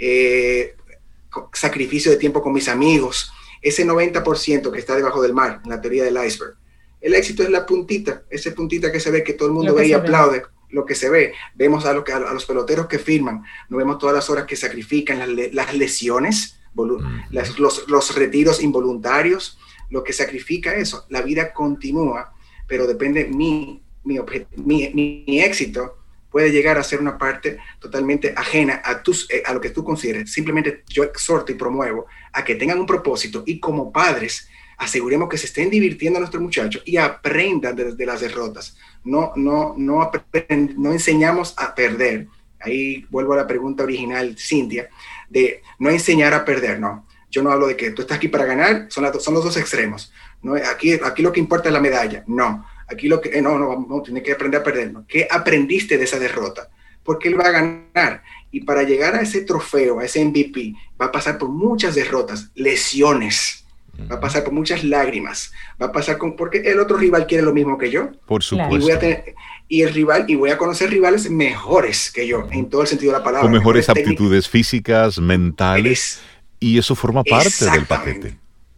eh, sacrificio de tiempo con mis amigos, ese noventa por ciento que está debajo del mar, en la teoría del iceberg. El éxito es la puntita, esa puntita que se ve, que todo el mundo ve y aplaude, ve. Lo que se ve. Vemos a, lo que, a los peloteros que firman, no vemos todas las horas que sacrifican, las, las lesiones, volu- las, los, los retiros involuntarios, lo que sacrifica eso. La vida continúa, pero depende mi, mi, mi, mi, mi éxito puede llegar a ser una parte totalmente ajena a, tus, eh, a lo que tú consideres. Simplemente yo exhorto y promuevo a que tengan un propósito y como padres aseguremos que se estén divirtiendo a nuestros muchachos y aprendan de, de las derrotas. No, no, no, aprend, no enseñamos a perder. Ahí vuelvo a la pregunta original, Cintia, de no enseñar a perder, no. Yo no hablo de que tú estás aquí para ganar, son, las, son los dos extremos. No, aquí, aquí lo que importa es la medalla, no. Aquí lo que, eh, no, no, no, tienes que aprender a perder, ¿no? ¿Qué aprendiste de esa derrota? Porque él va a ganar. Y para llegar a ese trofeo, a ese M V P, va a pasar por muchas derrotas, lesiones, va a pasar por muchas lágrimas, va a pasar con, porque el otro rival quiere lo mismo que yo. Por supuesto. Y, voy a tener, y el rival, y voy a conocer rivales mejores que yo, en todo el sentido de la palabra. Con mejores, mejores aptitudes técnicas. físicas, mentales, es, y eso forma parte del paquete.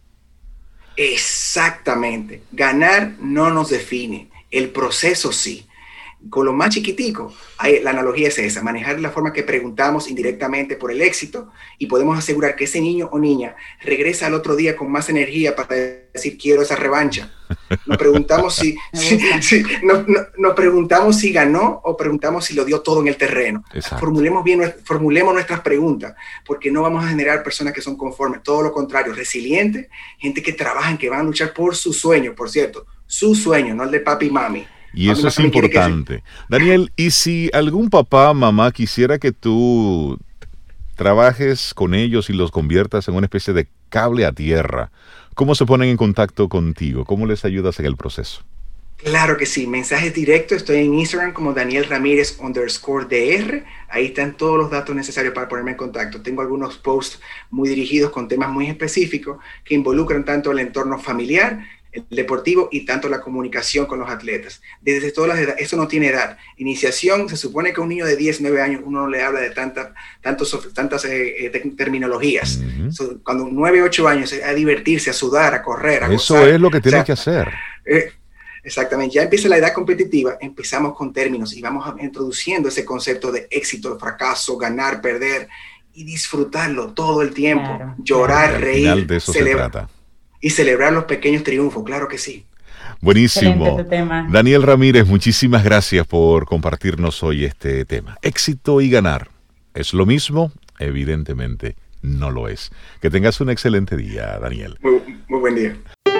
Exactamente. Ganar no nos define, el proceso sí. Con lo más chiquitico, hay, la analogía es esa, manejar la forma que preguntamos indirectamente por el éxito y podemos asegurar que ese niño o niña regresa al otro día con más energía para decir quiero esa revancha. Nos preguntamos si, si, si no, no, nos preguntamos si ganó o preguntamos si lo dio todo en el terreno. Formulemos bien, formulemos nuestras preguntas, porque no vamos a generar personas que son conformes, todo lo contrario, resilientes, gente que trabajan, que van a luchar por su sueño, por cierto, su sueño, no el de papi y mami. Y eso es importante. Daniel, ¿y si algún papá, mamá quisiera que tú trabajes con ellos y los conviertas en una especie de cable a tierra, cómo se ponen en contacto contigo? ¿Cómo les ayudas en el proceso? Claro que sí, mensajes directos. Estoy en Instagram como Daniel Ramírez underscore DR. Ahí están todos los datos necesarios para ponerme en contacto. Tengo algunos posts muy dirigidos con temas muy específicos que involucran tanto el entorno familiar, el deportivo y tanto la comunicación con los atletas. Desde todas las edades, eso no tiene edad. Iniciación, se supone que a un niño de diez, nueve años uno no le habla de tanta, tantos, tantas eh, te, terminologías. Uh-huh. So, cuando nueve, ocho años, a divertirse, a sudar, a correr, a Eso gozar. es lo que tiene o sea, que hacer. Eh, exactamente. Ya empieza la edad competitiva, empezamos con términos y vamos introduciendo ese concepto de éxito, fracaso, ganar, perder y disfrutarlo todo el tiempo. Claro, Llorar, claro. reír, Al final de eso celebrar. se trata. Y celebrar los pequeños triunfos, claro que sí. Buenísimo. Daniel Ramírez, muchísimas gracias por compartirnos hoy este tema. Éxito y ganar. ¿Es lo mismo? Evidentemente no lo es. Que tengas un excelente día, Daniel. Muy, muy buen día.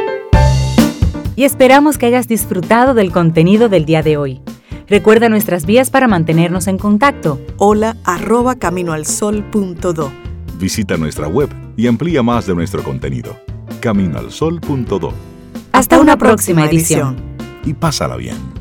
Y esperamos que hayas disfrutado del contenido del día de hoy. Recuerda nuestras vías para mantenernos en contacto. Hola arroba caminoalsol punto do. Visita nuestra web y amplía más de nuestro contenido. camino al sol punto do. Hasta una próxima edición. Y pásala bien.